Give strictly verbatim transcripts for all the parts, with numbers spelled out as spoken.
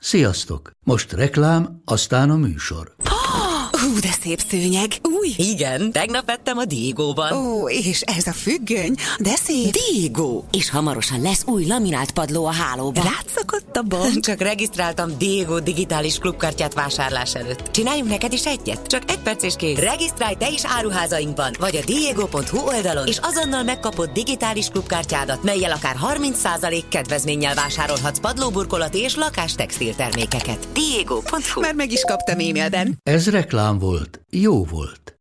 Sziasztok! Most reklám, aztán a műsor. Hú, de szép szőnyeg. Új? Igen, tegnap vettem a Diegóban. Ó, és ez a függöny, de szép. Diegó! És hamarosan lesz új laminált padló a hálóban. Rátszakadt a bank. Csak regisztráltam Diegó digitális klubkártyát vásárlás előtt. Csináljunk neked is egyet? Csak egy perc és kész. Regisztrálj te is áruházainkban, vagy a diego pont hu oldalon, és azonnal megkapod digitális klubkártyádat, mellyel akár harminc százalék kedvezménnyel vásárolhatsz padlóburkolati és lakástextil termékeket. diego pont hu. Már meg is kaptam e-mailben. Ez reklám volt, jó volt.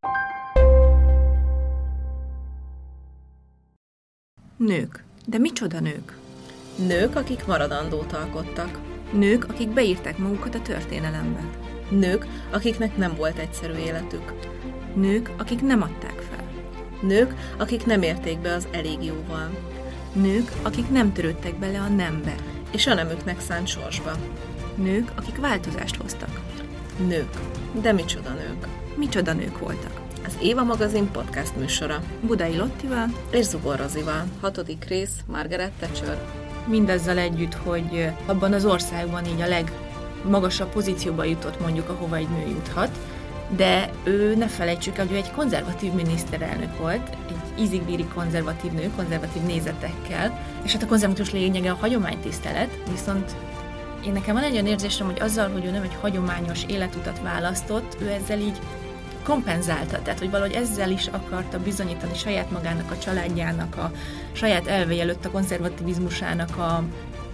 Nők. De micsoda nők? Nők, akik maradandót alkottak. Nők, akik beírták magukat a történelembe. Nők, akiknek nem volt egyszerű életük. Nők, akik nem adták fel. Nők, akik nem érték be az elég jóval. Nők, akik nem törődtek bele a nembe. És a nemüknek szánt sorsba. Nők, akik változást hoztak. Nők. De micsoda nők. Micsoda nők voltak. Az Éva magazin podcast műsora. Budai Lottival és Zubor Rozival. Hatodik rész, Margaret Thatcher. Mindazzal együtt, hogy abban az országban így a legmagasabb pozícióba jutott mondjuk, ahova egy nő juthat, de ő, ne felejtsük el, hogy ő egy konzervatív miniszterelnök volt, egy ízigbíri konzervatív nő, konzervatív nézetekkel, és hát a konzervatívus lényege a hagyománytisztelet, viszont én nekem van egy olyan érzésem, hogy azzal, hogy ő nem egy hagyományos életutat választott, ő ezzel így kompenzálta, tehát hogy valahogy ezzel is akarta bizonyítani saját magának, a családjának, a saját elvei előtt a konzervativizmusának a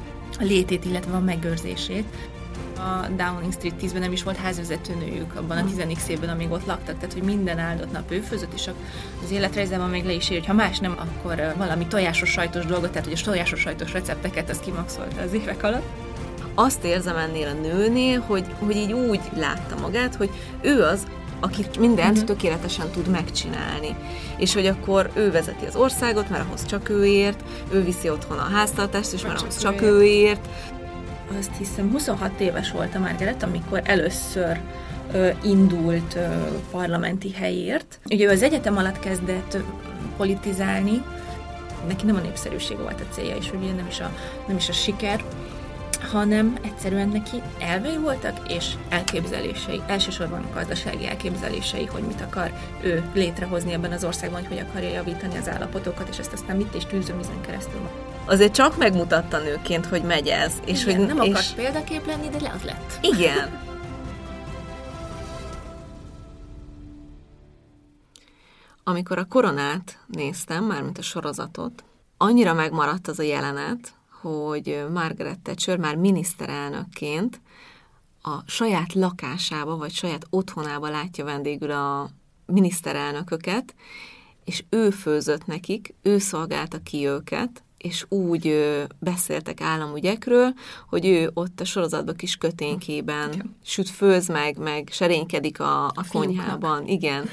létét, illetve a megőrzését. A Downing Street tízben nem is volt házvezetőnőjük abban a tizedik évben, amíg ott laktak, tehát hogy minden áldott nap ő főzött, és az életrajzában még le is ír, hogy ha más nem, akkor valami tojásos sajtos dolgot, tehát hogy a tojásos sajtos recepteket az kimaxolta az évek alatt. Azt érzem ennél a nőnél, hogy, hogy így úgy látta magát, hogy ő az, aki mindent uh-huh. tökéletesen tud megcsinálni. És hogy akkor ő vezeti az országot, mert ahhoz csak ő ért, ő viszi otthon a háztartást, és mert ahhoz csak ő ért. Azt hiszem huszonhat éves volt a Margaret, amikor először ö, indult ö, parlamenti helyért. Ugye ő az egyetem alatt kezdett ö, politizálni, neki nem a népszerűség volt a célja, és ugye nem is a, nem is a siker, hanem egyszerűen neki elvei voltak, és elképzelései, elsősorban a gazdasági elképzelései, hogy mit akar ő létrehozni ebben az országban, hogy hogy akarja javítani az állapotokat, és ezt aztán mit és tűzővízen keresztül. Azért csak megmutatta nőként, hogy megy ez. És igen, hogy nem és... akart példakép lenni, de le az lett. Igen. Amikor a Koronát néztem, mármint a sorozatot, annyira megmaradt az a jelenet, hogy Margaret Thatcher már miniszterelnökként a saját lakásába, vagy saját otthonába látja vendégül a miniszterelnököket, és ő főzött nekik, ő szolgálta ki őket, és úgy beszéltek államügyekről, hogy ő ott a sorozatban kis köténkében igen. süt, főz meg, meg serénykedik a, a, a konyhában. Igen.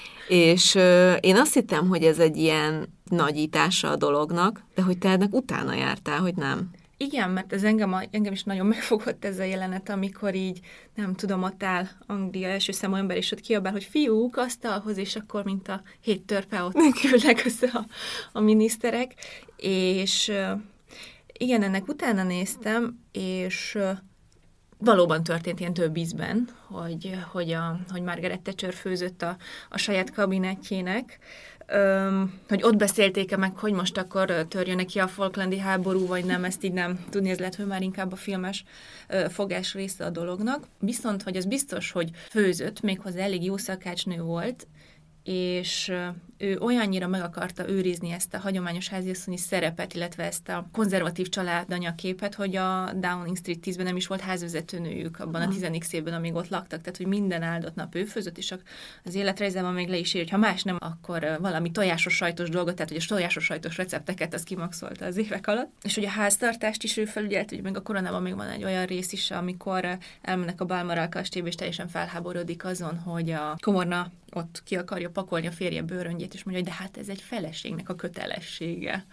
És euh, én azt hittem, hogy ez egy ilyen nagyítása a dolognak, de hogy te ennek utána jártál, hogy nem. Igen, mert ez engem, engem is nagyon megfogott ez a jelenet, amikor így, nem tudom, ott áll Anglia első számú ember, és ott kiabál, hogy fiúk, asztalhoz, és akkor, mint a hét törpe, ott küldnek össze a, a miniszterek. És igen, ennek utána néztem, és valóban történt ilyen több ízben, hogy, hogy, a, hogy Margaret Thatcher főzött a, a saját kabinettjének, Öm, hogy ott beszélték-e meg, hogy most akkor törjön neki a Falklandi háború, vagy nem, ezt így nem tudni, ez lehet, hogy már inkább a filmes ö, fogás része a dolognak. Viszont, hogy az biztos, hogy főzött, méghozzá elég jó szakácsnő volt, és ő olyannyira meg akarta őrizni ezt a hagyományos háziasszonyi szerepet, illetve ezt a konzervatív családanyaképet, hogy a Downing Street tízben nem is volt házvezetőnőjük abban a tizedik évben, amíg ott laktak, tehát hogy minden áldott nap ő főzött, és az életrajzában még le is ír, hogy ha más nem, akkor valami tojásos sajtos dolgot, tehát hogy a tojásos sajtos recepteket az kimaxolta az évek alatt. És hogy a háztartást is ő felügyelt, hogy még a Koronában még van egy olyan rész is, amikor elmennek a Balmoral kastélyba, és teljesen felháborodik azon, hogy a komorna ott ki akarja pakolni a férje bőröngyét, és mondja, hogy de hát ez egy feleségnek a kötelessége.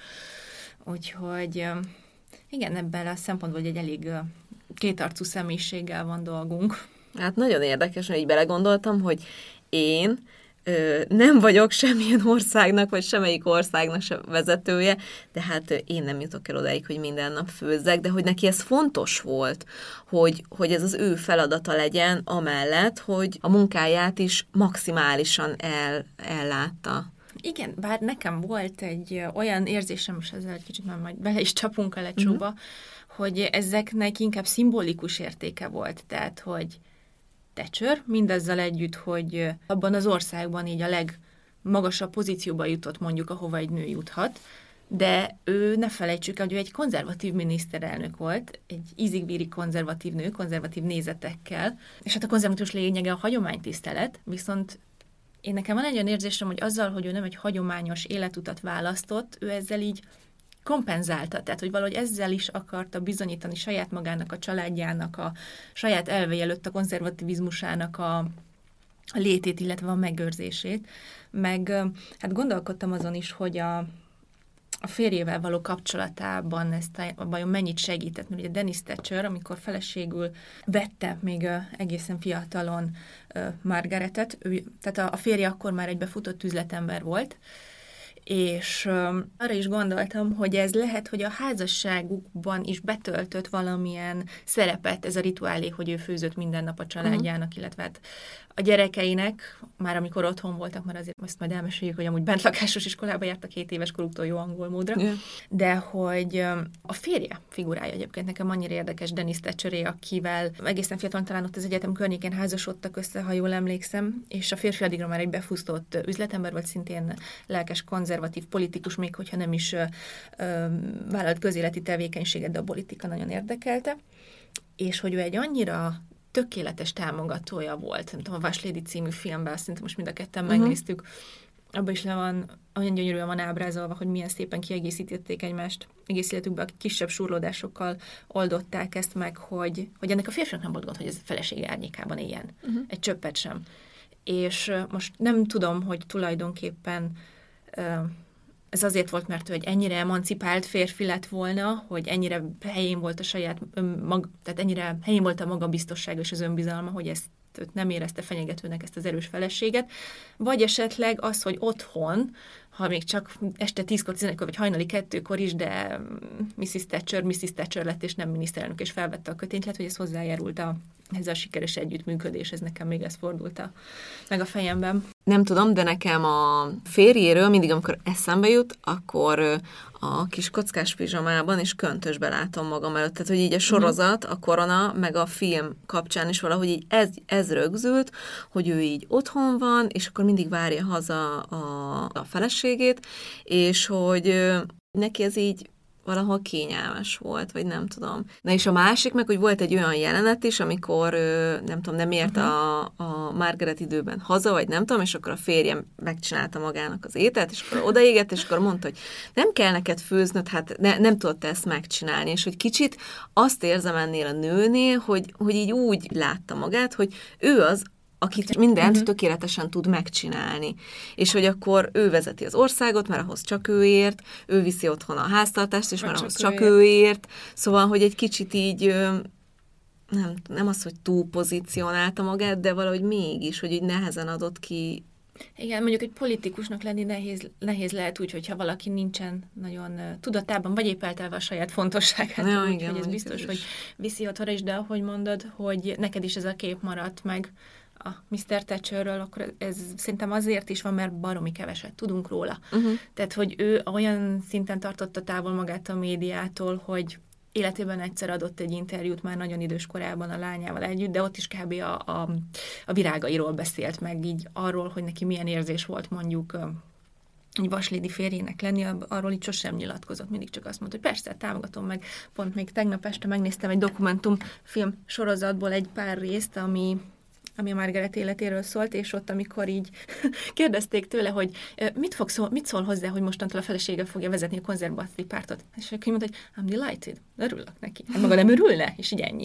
Úgyhogy igen, ebben a szempontból egy elég kétarcú személyiséggel van dolgunk. Hát nagyon érdekes, hogy így belegondoltam, hogy én Ö, nem vagyok semmilyen országnak, vagy semmelyik országnak sem vezetője, de hát én nem jutok el odáig, hogy minden nap főzzek, de hogy neki ez fontos volt, hogy, hogy ez az ő feladata legyen, amellett, hogy a munkáját is maximálisan el, ellátta. Igen, bár nekem volt egy olyan érzésem, és ezzel egy kicsit már majd bele is csapunk a lecsóba, uh-huh. hogy ezeknek inkább szimbolikus értéke volt, tehát, hogy Thatcher mindazzal együtt, hogy abban az országban így a legmagasabb pozícióba jutott mondjuk, ahova egy nő juthat, de ő, ne felejtsük el, hogy ő egy konzervatív miniszterelnök volt, egy ízig-vírig konzervatív nő, konzervatív nézetekkel, és hát a konzervatívus lényege a hagyománytisztelet, viszont én nekem van egy olyan érzésem, hogy azzal, hogy ő nem egy hagyományos életutat választott, ő ezzel így kompenzálta, tehát hogy valahogy ezzel is akarta bizonyítani saját magának, a családjának, a saját elvei előtt a konzervativizmusának a, a létét, illetve a megőrzését. Meg hát gondolkodtam azon is, hogy a, a férjével való kapcsolatában ezt a, vajon mennyit segített, mert ugye Dennis Thatcher, amikor feleségül vette még egészen fiatalon Margaretet, ő, tehát a, a férje akkor már egy befutott üzletember volt, és um, arra is gondoltam, hogy ez lehet, hogy a házasságukban is betöltött valamilyen szerepet ez a rituálé, hogy ő főzött minden nap a családjának, uh-huh. illetve hát a gyerekeinek, már amikor otthon voltak, már azért azt majd elmeséljük, hogy amúgy bentlakásos iskolába jártak hét éves koruktól jó angol módra, yeah. de hogy um, a férje figurája egyébként nekem annyira érdekes, Dennis Thatcheré, akivel egészen fiatalon talán ott az egyetem környékén házasodtak össze, ha jól emlékszem, és a férfi addigra már egy befusztott üzletember volt, szintén lelkes konzervatív politikus, még hogyha nem is ö, ö, vállalt közéleti tevékenységet, de a politika nagyon érdekelte, és hogy ő egy annyira tökéletes támogatója volt. Nem tudom, a Vaslady című filmben, azt szerintem most mind a ketten uh-huh. megnéztük, abban is le van, olyan gyönyörűen van ábrázolva, hogy milyen szépen kiegészítették egymást, egész életükben kisebb surlódásokkal oldották ezt meg, hogy, hogy ennek a férfinak nem volt gond, hogy ez a felesége árnyékában éljen. Uh-huh. Egy csöppet sem. És most nem tudom, hogy tulajdonképpen ez azért volt, mert ő egy ennyire emancipált férfi lett volna, hogy ennyire helyén volt a saját, mag, tehát ennyire helyén volt a magabiztossága és az önbizalma, hogy ezt őt nem érezte fenyegetőnek, ezt az erős feleséget, vagy esetleg az, hogy otthon, ha még csak este tízkor, tizenegykor, vagy hajnali kettőkor is, de missziz Thatcher, missziz Thatcher lett, és nem miniszterelnök, és felvette a kötényt, lehet, hogy ez hozzájárult a, ez a sikeres együttműködés, ez nekem még ez fordult a, meg a fejemben. Nem tudom, de nekem a férjéről mindig, amikor eszembe jut, akkor a kis kockás pizsamában és köntösbe látom magam előtt. Tehát, hogy így a sorozat, a Korona, meg a film kapcsán is valahogy így ez, ez rögzült, hogy ő így otthon van, és akkor mindig várja haza a, a feleségét, és hogy neki ez így valahol kényelmes volt, vagy nem tudom. Na és a másik meg, hogy volt egy olyan jelenet is, amikor, nem tudom, nem ért uh-huh. a, a Margaret időben haza, vagy nem tudom, és akkor a férjem megcsinálta magának az ételt, és akkor odaégett, és akkor mondta, hogy nem kell neked főznöd, hát ne, nem tudod ezt megcsinálni, és hogy kicsit azt érzem ennél a nőnél, hogy, hogy így úgy látta magát, hogy ő az, akit mindent uh-huh. tökéletesen tud megcsinálni. És hogy akkor ő vezeti az országot, mert ahhoz csak ő ért, ő viszi otthon a háztartást, és mert ahhoz csak ő ért. Szóval, hogy egy kicsit így, nem, nem az, hogy túl pozícionálta magát, de valahogy mégis, hogy így nehezen adott ki. Igen, mondjuk egy politikusnak lenni nehéz, nehéz lehet úgy, hogyha valaki nincsen nagyon uh, tudatában, vagy épp eltelve a saját fontosságát, ja, úgy, igen, hogy ez biztos, ez hogy viszi otthonra is, de ahogy mondod, hogy neked is ez a kép maradt meg a miszter Thatcherről, akkor ez szerintem azért is van, mert baromi keveset tudunk róla. Uh-huh. Tehát, hogy ő olyan szinten tartotta távol magát a médiától, hogy életében egyszer adott egy interjút már nagyon idős korában a lányával együtt, de ott is kb. a, a, a virágairól beszélt meg, így arról, hogy neki milyen érzés volt mondjuk egy vaslédi férjének lenni, arról így sosem nyilatkozott, mindig csak azt mondta, hogy persze, támogatom meg. Pont még tegnap este megnéztem egy dokumentumfilm sorozatból egy pár részt, ami ami a Margaret életéről szólt, és ott, amikor így kérdezték tőle, hogy mit, fog szól, mit szól hozzá, hogy mostantól a felesége fogja vezetni a konzervatív pártot. És akkor mondta, hogy I'm delighted, örülök neki. Hát maga nem örülne? És így ennyi.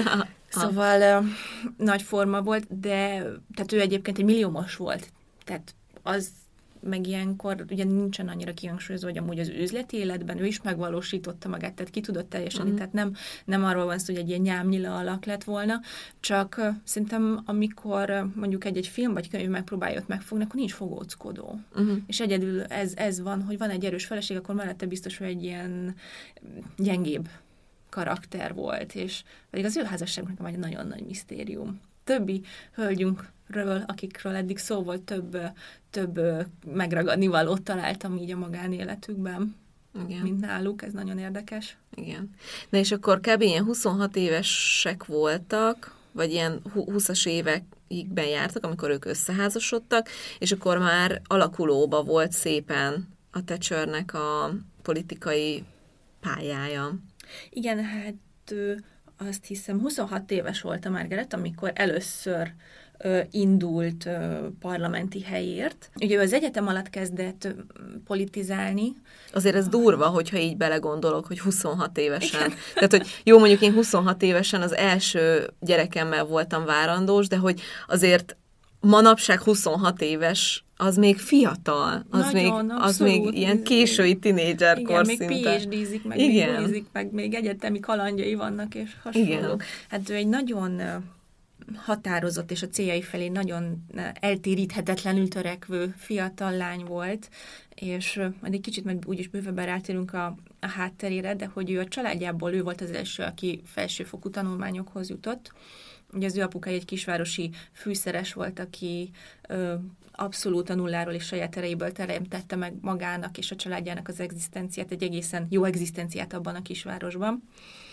Szóval uh, nagy forma volt, de tehát ő egyébként egy milliómos volt. Tehát az meg ilyenkor ugye nincsen annyira kihangsúlyozva, hogy amúgy az üzleti életben ő is megvalósította magát, tehát ki tudott teljesíteni, mm. tehát nem, nem arról van szó, hogy egy ilyen nyámnyila alak lett volna, csak uh, szerintem amikor uh, mondjuk egy-egy film vagy könyv megpróbálja ott megfogni, akkor nincs fogóckodó. Mm. És egyedül ez, ez van, hogy van egy erős feleség, akkor mellette biztos, hogy egy ilyen gyengébb karakter volt, és pedig az ő házasságnak egy nagyon nagy misztérium. Többi hölgyünkről, akikről eddig szó volt, több, több megragadni valót találtam így a magánéletükben, igen. mint náluk, ez nagyon érdekes. Igen. Na és akkor kb. Ilyen huszonhat évesek voltak, vagy ilyen húszas években jártak, amikor ők összeházasodtak, és akkor már alakulóba volt szépen a Thatchernek a politikai pályája. Igen, hát azt hiszem huszonhat éves volt a Margaret, amikor először ö, indult ö, parlamenti helyért. Ugye ő az egyetem alatt kezdett ö, politizálni. Azért ez durva, hogyha így belegondolok, hogy huszonhat évesen. Igen. Tehát, hogy jó, mondjuk én huszonhat évesen az első gyerekemmel voltam várandós, de hogy azért manapság huszonhat éves, az még fiatal, az, Nagyon, még, az még ilyen késői tinédzserkor szinte. Igen, még pé há dé-zik, meg Igen. még bulizik, meg még egyetemi kalandjai vannak, és hasonlók. Hát ő egy nagyon határozott, és a céljai felé nagyon eltéríthetetlenül törekvő fiatal lány volt, és majd egy kicsit majd úgyis bővebben rátérünk a, a hátterére, de hogy ő a családjából ő volt az első, aki felsőfokú tanulmányokhoz jutott. Ugye az ő apukája egy kisvárosi fűszeres volt, aki ö, abszolút a nulláról és saját erejéből teremtette meg magának és a családjának az egzisztenciát, egy egészen jó egzisztenciát abban a kisvárosban.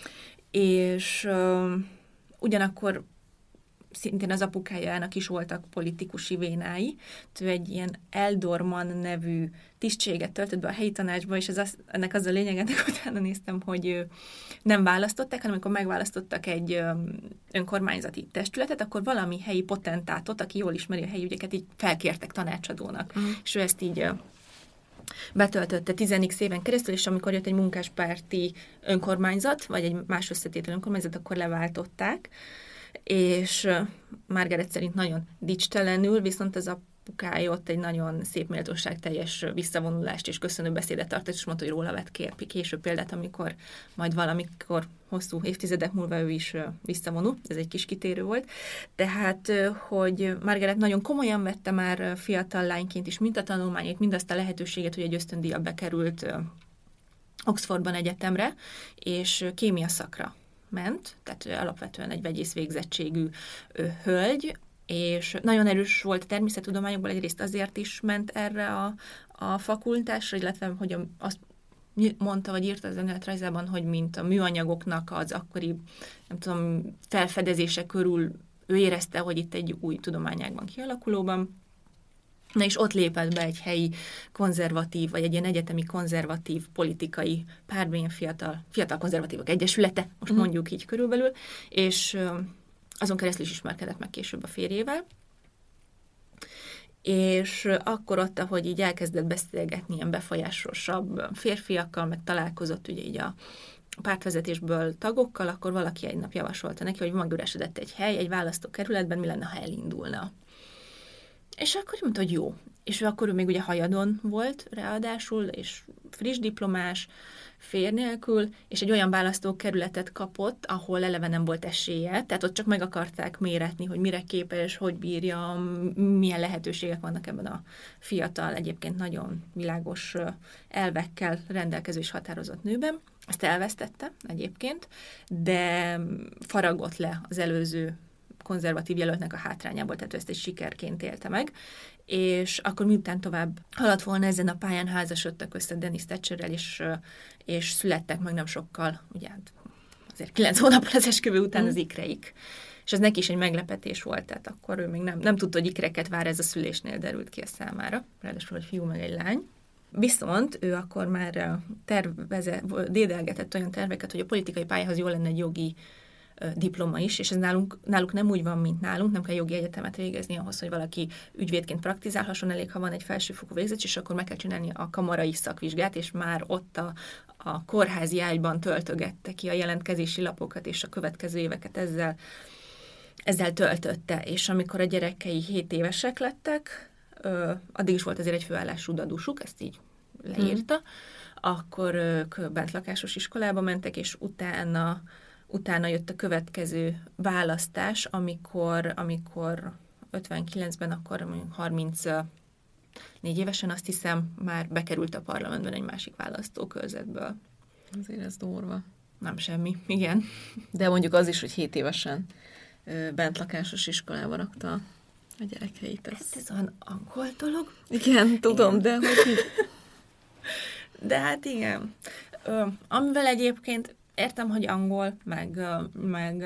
És ö, ugyanakkor szintén az apukájának is voltak politikusi vénái. Ő egy ilyen Eldorman nevű tisztséget töltött be a helyi tanácsba, és ez az, ennek az a lényeget, utána néztem, hogy nem választották, hanem amikor megválasztottak egy önkormányzati testületet, akkor valami helyi potentátot, aki jól ismeri a helyi ügyeket, így felkértek tanácsadónak. Mm. És ő ezt így betöltötte tizenik éven keresztül, és amikor jött egy munkáspárti önkormányzat, vagy egy más összetételű önkormányzat, akkor leváltották, és Margaret szerint nagyon dicstelenül, viszont az apukája ott egy nagyon szép méltóságteljes visszavonulást és köszönőbeszédet tartott, és mondta, hogy róla vett kér, később példát, amikor majd valamikor hosszú évtizedek múlva ő is visszavonul, ez egy kis kitérő volt. Tehát, hogy Margaret nagyon komolyan vette már fiatal lányként is mind a tanulmányait, mind azt a lehetőséget, hogy egy ösztöndíjjal bekerült Oxfordban egyetemre, és kémia szakra ment, tehát alapvetően egy vegyész végzettségű ő, hölgy, és nagyon erős volt a természettudományokból, egyrészt azért is ment erre a, a fakultásra, illetve hogy azt mondta, vagy írta az önéletrajzában, hogy mint a műanyagoknak az akkori, nem tudom, felfedezése körül ő érezte, hogy itt egy új tudományág van kialakulóban. Na és ott lépett be egy helyi konzervatív, vagy egy ilyen egyetemi konzervatív politikai párbé, ilyen fiatal, fiatal konzervatívok egyesülete, most mm. mondjuk így körülbelül, és azon keresztül is ismerkedett meg később a férjével. És akkor ott, ahogy így elkezdett beszélgetni ilyen befolyásosabb férfiakkal, meg találkozott ugye így a pártvezetésből tagokkal, akkor valaki egy nap javasolta neki, hogy megüresedett egy hely, egy választókerületben, mi lenne, ha elindulna. És akkor mondta, hogy jó. És ő akkor ő még ugye hajadon volt ráadásul, és friss diplomás, férj nélkül, és egy olyan választókerületet kapott, ahol eleve nem volt esélye, tehát ott csak meg akarták méretni, hogy mire képes, hogy bírja, milyen lehetőségek vannak ebben a fiatal, egyébként nagyon világos elvekkel rendelkező és határozott nőben. Ezt elvesztette egyébként, de faragott le az előző konzervatív jelöltnek a hátrányából, tehát ezt egy sikerként élte meg, és akkor miután tovább haladt volna ezen a pályán, házasodtak össze Dennis Thatcherrel, és, és születtek meg nem sokkal, ugye azért kilenc hónappal az esküvő után mm. az ikreik. És ez neki is egy meglepetés volt, tehát akkor ő még nem, nem tudta, hogy ikreket vár, ez a szülésnél derült ki a számára, ráadásul egy fiú meg egy lány. Viszont ő akkor már terveze, dédelgetett olyan terveket, hogy a politikai pályához jól lenne egy jogi diploma is, és ez nálunk, náluk nem úgy van, mint nálunk, nem kell jogi egyetemet végezni ahhoz, hogy valaki ügyvédként praktizálhasson, elég, ha van egy felsőfokú végzettség, és akkor meg kell csinálni a kamarai szakvizsgát, és már ott a, a kórházi ágyban töltögette ki a jelentkezési lapokat, és a következő éveket ezzel, ezzel töltötte. És amikor a gyerekei hét évesek lettek, ö, addig is volt azért egy főállású dadusuk, ezt így leírta, hmm. akkor ők bentlakásos iskolába mentek, és utána, utána jött a következő választás, amikor, amikor ötvenkilencben, akkor harmincnégy évesen, azt hiszem, már bekerült a parlamentben egy másik választókörzetből. Azért ez durva. Nem semmi, igen. De mondjuk az is, hogy hét évesen bentlakásos iskolába rakta a gyerekeit. Ez, hát ez olyan angol dolog. Igen, tudom, igen. De hogy... De hát igen. Ö, amivel egyébként értem, hogy angol, meg, meg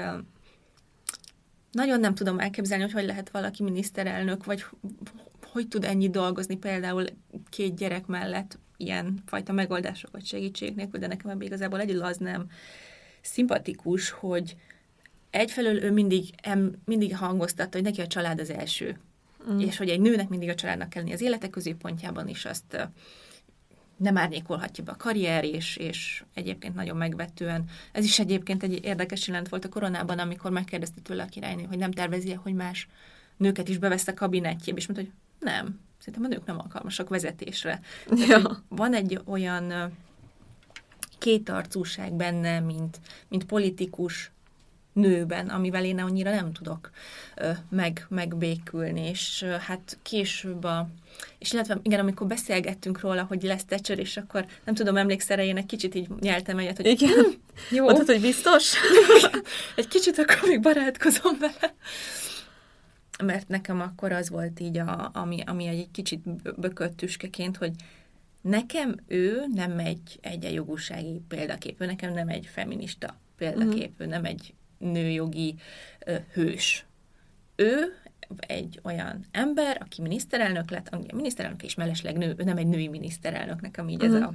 nagyon nem tudom elképzelni, hogy hogy lehet valaki miniszterelnök, vagy hogy tud ennyit dolgozni például két gyerek mellett ilyen fajta megoldások vagy segítség nélkül, de nekem ebből igazából egyedül az nem szimpatikus, hogy egyfelől ő mindig, em, mindig hangoztatta, hogy neki a család az első. Mm. És hogy egy nőnek mindig a családnak kell lenni az élete középpontjában, és azt nem árnyékolhatja be a karrier, és, és egyébként nagyon megvetően. Ez is egyébként egy érdekes jelent volt a koronában, amikor megkérdezte tőle a királynő, hogy nem tervezi, hogy más nőket is bevesz a kabinettjébe, és mondta, hogy nem, szerintem a nők nem alkalmasak vezetésre. Ja. Van egy olyan kétarcúság benne, mint, mint politikus nőben, amivel én annyira nem tudok ö, meg, megbékülni, és ö, hát később a, és illetve igen, amikor beszélgettünk róla, hogy lesz Thatcher, és akkor nem tudom, emlékszel, én egy kicsit így nyeltem egyet, hogy igen, hm, jó. Mondtad, hogy biztos? Egy kicsit akkor még barátkozom vele. Mert nekem akkor az volt így, a, ami, ami egy kicsit bökött tüskeként, hogy nekem ő nem egy egyenjogúsági példakép, ő nekem nem egy feminista példakép, ő nem egy nőjogi ö, hős. Ő egy olyan ember, aki miniszterelnök lett, a miniszterelnök és mellesleg nő, ő nem egy női miniszterelnök, nekem így uh-huh. ez, a,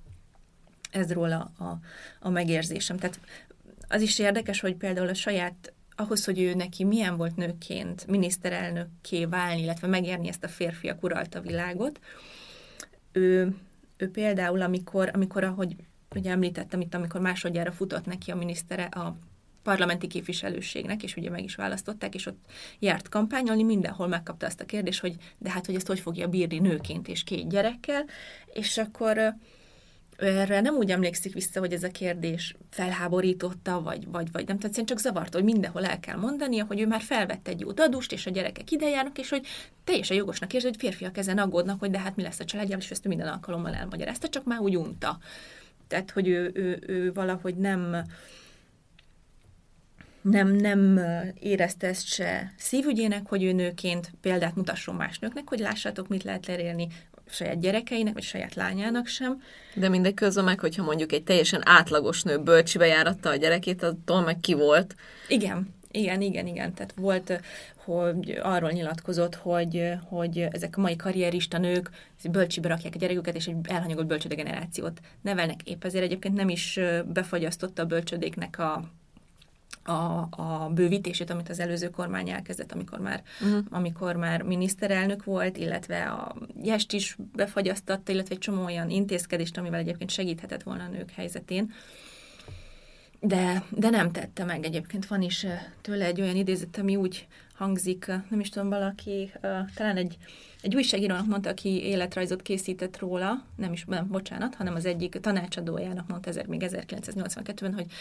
ez róla a, a megérzésem. Tehát az is érdekes, hogy például a saját, ahhoz, hogy ő neki milyen volt nőként miniszterelnökké válni, illetve megérni ezt a férfiak uralta világot, ő, ő például, amikor, amikor ahogy ugye említettem itt, amikor másodjára futott neki a minisztere, a parlamenti képviselőségnek, és ugye meg is választották, és ott járt kampányolni, mindenhol megkapta azt a kérdést, hogy de hát, hogy ezt hogy fogja bírni nőként és két gyerekkel, és akkor erre nem úgy emlékszik vissza, hogy ez a kérdés felháborította, vagy, vagy, vagy nem, tehát csak zavarta, hogy mindenhol el kell mondania, hogy ő már felvette egy jó dadust, és a gyerekek ide járnak, és hogy teljesen jogosnak érzi, hogy férfiak ezen aggódnak, hogy de hát mi lesz a családjával, és ezt minden alkalommal elmagyarázta, csak már úgy unta. Tehát, hogy ő, ő, ő valahogy nem nem, nem érezte ezt se szívügyének, hogy ő nőként példát mutasson más nőknek, hogy lássátok, mit lehet elérni saját gyerekeinek, vagy saját lányának sem. De mindegy közben meg, hogyha mondjuk egy teljesen átlagos nő bölcsibe járatta a gyerekét, attól meg ki volt. Igen, igen, igen, igen. Tehát volt, hogy arról nyilatkozott, hogy, hogy ezek a mai karrierista nők bölcsibe rakják a gyereküket, és egy elhanyagolt bölcsöde generációt nevelnek. Épp ezért egyébként nem is befagyasztotta a bölcsödéknek a A, a bővítését, amit az előző kormány elkezdett, amikor már, uh-huh. amikor már miniszterelnök volt, illetve a jest is befagyasztatta, illetve egy csomó olyan intézkedést, amivel egyébként segíthetett volna a nők helyzetén. De, de nem tette meg. Egyébként van is tőle egy olyan idézet, ami úgy hangzik, nem is tudom, valaki, talán egy, egy újságírónak mondta, aki életrajzot készített róla, nem is, nem, bocsánat, hanem az egyik tanácsadójának mondta ezer, még ezerkilencszáznyolcvankettőben, hogy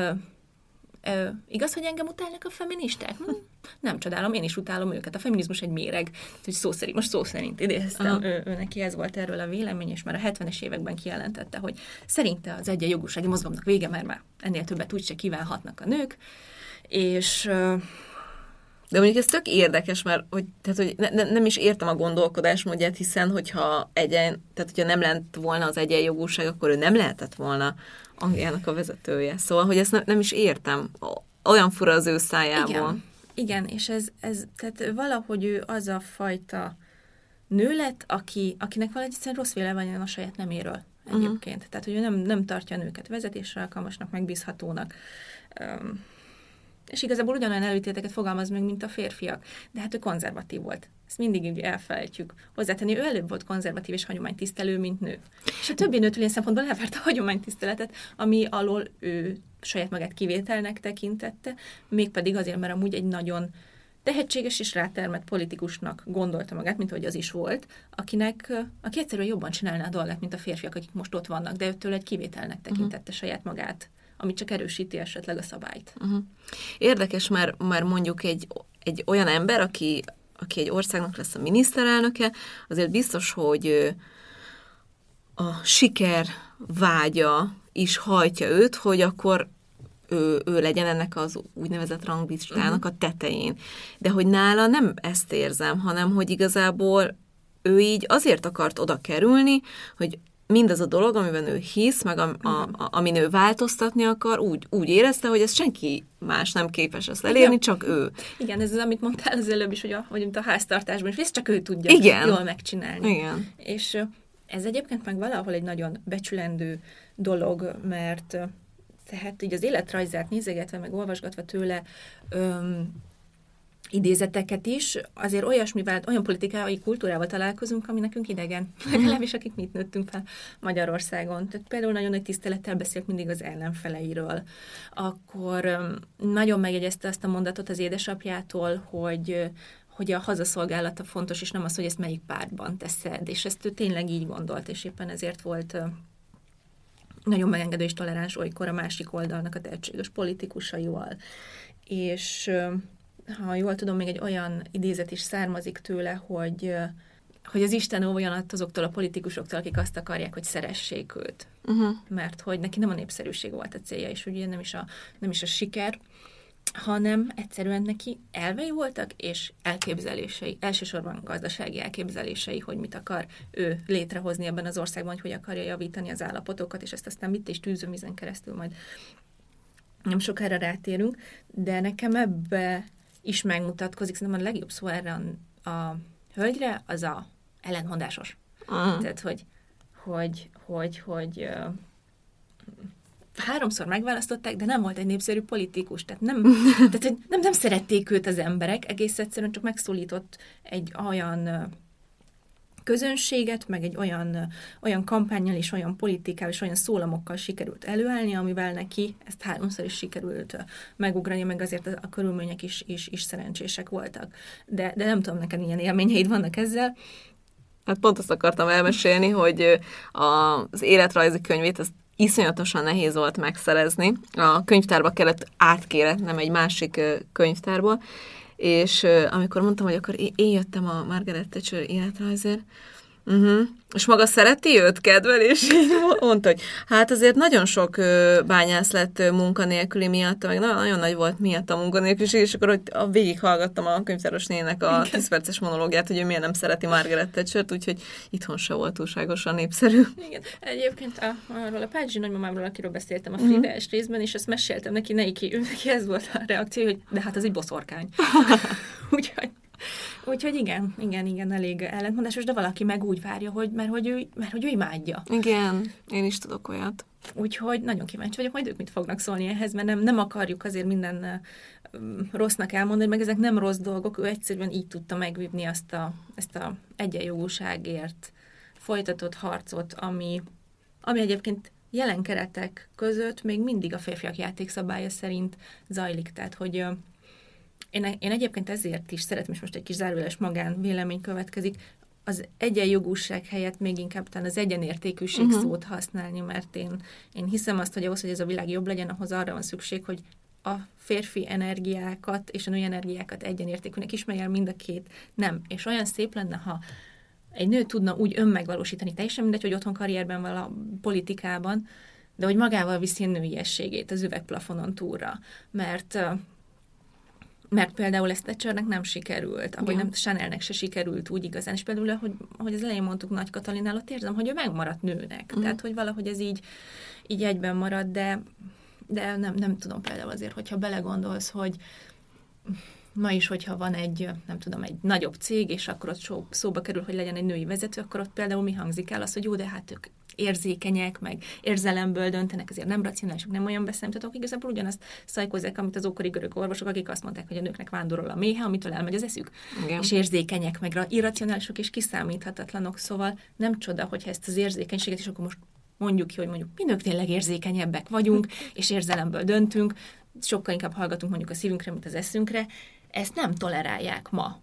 Ö, igaz, hogy engem utálnak a feministák? Hm, nem csodálom, én is utálom őket. A feminizmus egy méreg. Tehát, hogy szó szerint, most szó szerint idéztem, ő, ő neki ez volt erről a vélemény, és már a hetvenes években kijelentette, hogy szerinte az egyenjogúsági mozgalomnak vége, mert már ennél többet úgyse kívánhatnak a nők. És... Ö, de mondjuk ez tök érdekes, mert hogy, tehát, hogy ne, nem is értem a gondolkodásmódját, hiszen hogyha, egyen, tehát, hogyha nem lett volna az egyenjogúság, akkor ő nem lehetett volna Angliának a vezetője. Szóval, hogy ezt ne, nem is értem. Olyan fura az ő szájából. Igen, igen, és ez, ez, tehát valahogy ő az a fajta nő lett, aki, akinek valahogy egyszerűen rossz véleményen a saját neméről egyébként. Uh-huh. Tehát, hogy ő nem, nem tartja a nőket vezetésre alkalmasnak, megbízhatónak. Um, és igazából ugyanolyan előítéleteket fogalmaz meg, mint a férfiak. De hát ő konzervatív volt. Ezt mindig így elfelejtjük hozzátenni. Ő előbb volt konzervatív és hagyománytisztelő, mint nő. És a többi nőtől ilyen szempontból elvárt a hagyománytiszteletet, ami alól ő saját magát kivételnek tekintette, mégpedig azért, mert amúgy egy nagyon tehetséges és rátermett politikusnak gondolta magát, mint ahogy az is volt, akinek, aki egyszerűen jobban csinálná a dolgát, mint a férfiak, akik most ott vannak, de őtől egy kivételnek tekintette uh-huh. saját magát, amit csak erősíti esetleg a szabályt. Uh-huh. Érdekes, mert, mert mondjuk egy, egy olyan ember, aki, aki egy országnak lesz a miniszterelnöke, azért biztos, hogy a siker vágya is hajtja őt, hogy akkor ő, ő legyen ennek az úgynevezett ranglistának a tetején. De hogy nála nem ezt érzem, hanem hogy igazából ő így azért akart oda kerülni, hogy mindaz a dolog, amiben ő hisz, meg a, a, a, amin ő változtatni akar, úgy, úgy érezte, hogy ez senki más nem képes ezt elérni, igen. csak ő. Igen, ez az, amit mondtál az előbb is, hogy a, hogy a háztartásban is, ez csak ő tudja igen. jól megcsinálni. Igen. És ez egyébként meg valahol egy nagyon becsülendő dolog, mert tehát így az életrajzát nézegetve, meg olvasgatva tőle öm, idézeteket is, azért olyasmivel, olyan politikai kultúrával találkozunk, ami nekünk idegen, legalábbis akik mit nőttünk fel Magyarországon. Tehát például nagyon nagy tisztelettel beszélt mindig az ellenfeleiről. Akkor öm, nagyon megjegyezte azt a mondatot az édesapjától, hogy hogy a hazaszolgálata fontos, és nem az, hogy ezt melyik pártban teszed. És ezt ő tényleg így gondolt, és éppen ezért volt nagyon megengedő és toleráns olykor a másik oldalnak a tehetséges politikusaival. És ha jól tudom, még egy olyan idézet is származik tőle, hogy, hogy az Isten óvjon azoktól a politikusoktól, akik azt akarják, hogy szeressék őt. Uh-huh. Mert hogy neki nem a népszerűség volt a célja, és ugye nem is a, nem is a siker, hanem egyszerűen neki elvei voltak, és elképzelései, elsősorban gazdasági elképzelései, hogy mit akar ő létrehozni ebben az országban, hogy hogy akarja javítani az állapotokat, és ezt aztán mit is tűzővízen keresztül majd nem sokára rátérünk, de nekem ebbe is megmutatkozik, szerintem a legjobb szó erre a, a hölgyre, az a ellentmondásos. Uh-huh. Tehát, hogy hogy, hogy, hogy uh, háromszor megválasztották, de nem volt egy népszerű politikus, tehát nem, tehát nem, nem szerették őt az emberek, egész egyszerűen csak megszólított egy olyan közönséget, meg egy olyan, olyan kampánnyal és olyan politikával és olyan szólamokkal sikerült előállni, amivel neki ezt háromszor is sikerült megugrani, meg azért a, a körülmények is, is, is szerencsések voltak. De, de nem tudom, neked milyen élményeid vannak ezzel. Hát pont azt akartam elmesélni, hogy az életrajzi könyvét azt iszonyatosan nehéz volt megszerezni. A könyvtárba kellett átkéretnem egy másik könyvtárból, és amikor mondtam, hogy akkor én jöttem a Margaret Thatcher életrajzért, uh-huh. és maga szereti őt, kedvel, és így mondta, hogy hát azért nagyon sok bányász lett munkanélküli miatt, meg nagyon, nagyon nagy volt miatt a munkanélküliség, és akkor hogy végighallgattam a könyvtáros nének a tíz perces monológiát, hogy ő miért nem szereti Margaret Thatchert, úgyhogy itthon se volt túlságosan népszerű. Igen. Egyébként a, arról a Párizsi nagymamámról, akiről beszéltem a Frides mm. részben, és ezt meséltem neki, neki, ő, neki ez volt a reakció, hogy de hát az egy boszorkány. Úgyhogy Úgyhogy igen, igen, igen, elég ellentmondásos, de valaki meg úgy várja, hogy, mert, hogy ő, mert hogy ő imádja. Igen, én is tudok olyat. Úgyhogy nagyon kíváncsi vagyok, majd ők mit fognak szólni ehhez, mert nem, nem akarjuk azért minden um, rossznak elmondani, meg ezek nem rossz dolgok, ő egyszerűen így tudta megvívni azt a, ezt a egyenjogúságért folytatott harcot, ami, ami egyébként jelen keretek között még mindig a férfiak játékszabálya szerint zajlik, tehát hogy uh, Én, én egyébként ezért is szeretem, és most egy kis zárójeles magán vélemény következik, az egyenjogúság helyett még inkább talán az egyenértékűség uh-huh. szót használni, mert én, én hiszem azt, hogy ahhoz, hogy ez a világ jobb legyen, ahhoz arra van szükség, hogy a férfi energiákat és a női energiákat egyenértékűnek ismerje el mind a két nem. És olyan szép lenne, ha egy nő tudna úgy önmegvalósítani, teljesen mindegy, hogy otthon karrierben van a politikában, de hogy magával viszi a nőiességét az üvegplafonon túlra. Mert mert például ezt Thatchernek nem sikerült, ahogy nem Chanelnek se sikerült úgy igazán, és például, hogy, hogy az elején mondtuk Nagy Katalinál, ott érzem, hogy ő megmaradt nőnek, mm. tehát, hogy valahogy ez így, így egyben marad, de, de nem, nem tudom például azért, hogyha belegondolsz, hogy ma is, hogyha van egy, nem tudom, egy nagyobb cég, és akkor ott szóba kerül, hogy legyen egy női vezető, akkor ott például mi hangzik el az, hogy jó, de hát ők érzékenyek, meg érzelemből döntenek, ezért nem racionálisok, nem olyan beszámítatók, igazából ugyanazt szajkozzák, amit az ókori görög orvosok, akik azt mondták, hogy a nőknek vándorol a méhe, amitől elmegy az eszük. Igen. És érzékenyek, meg irracionálisok és kiszámíthatatlanok, szóval nem csoda, hogyha ezt az érzékenységet, és akkor most mondjuk ki, hogy mondjuk mi nők tényleg érzékenyebbek vagyunk, és érzelemből döntünk, sokkal inkább hallgatunk mondjuk a szívünkre, mint az eszünkre. ezt nem tolerálják ma.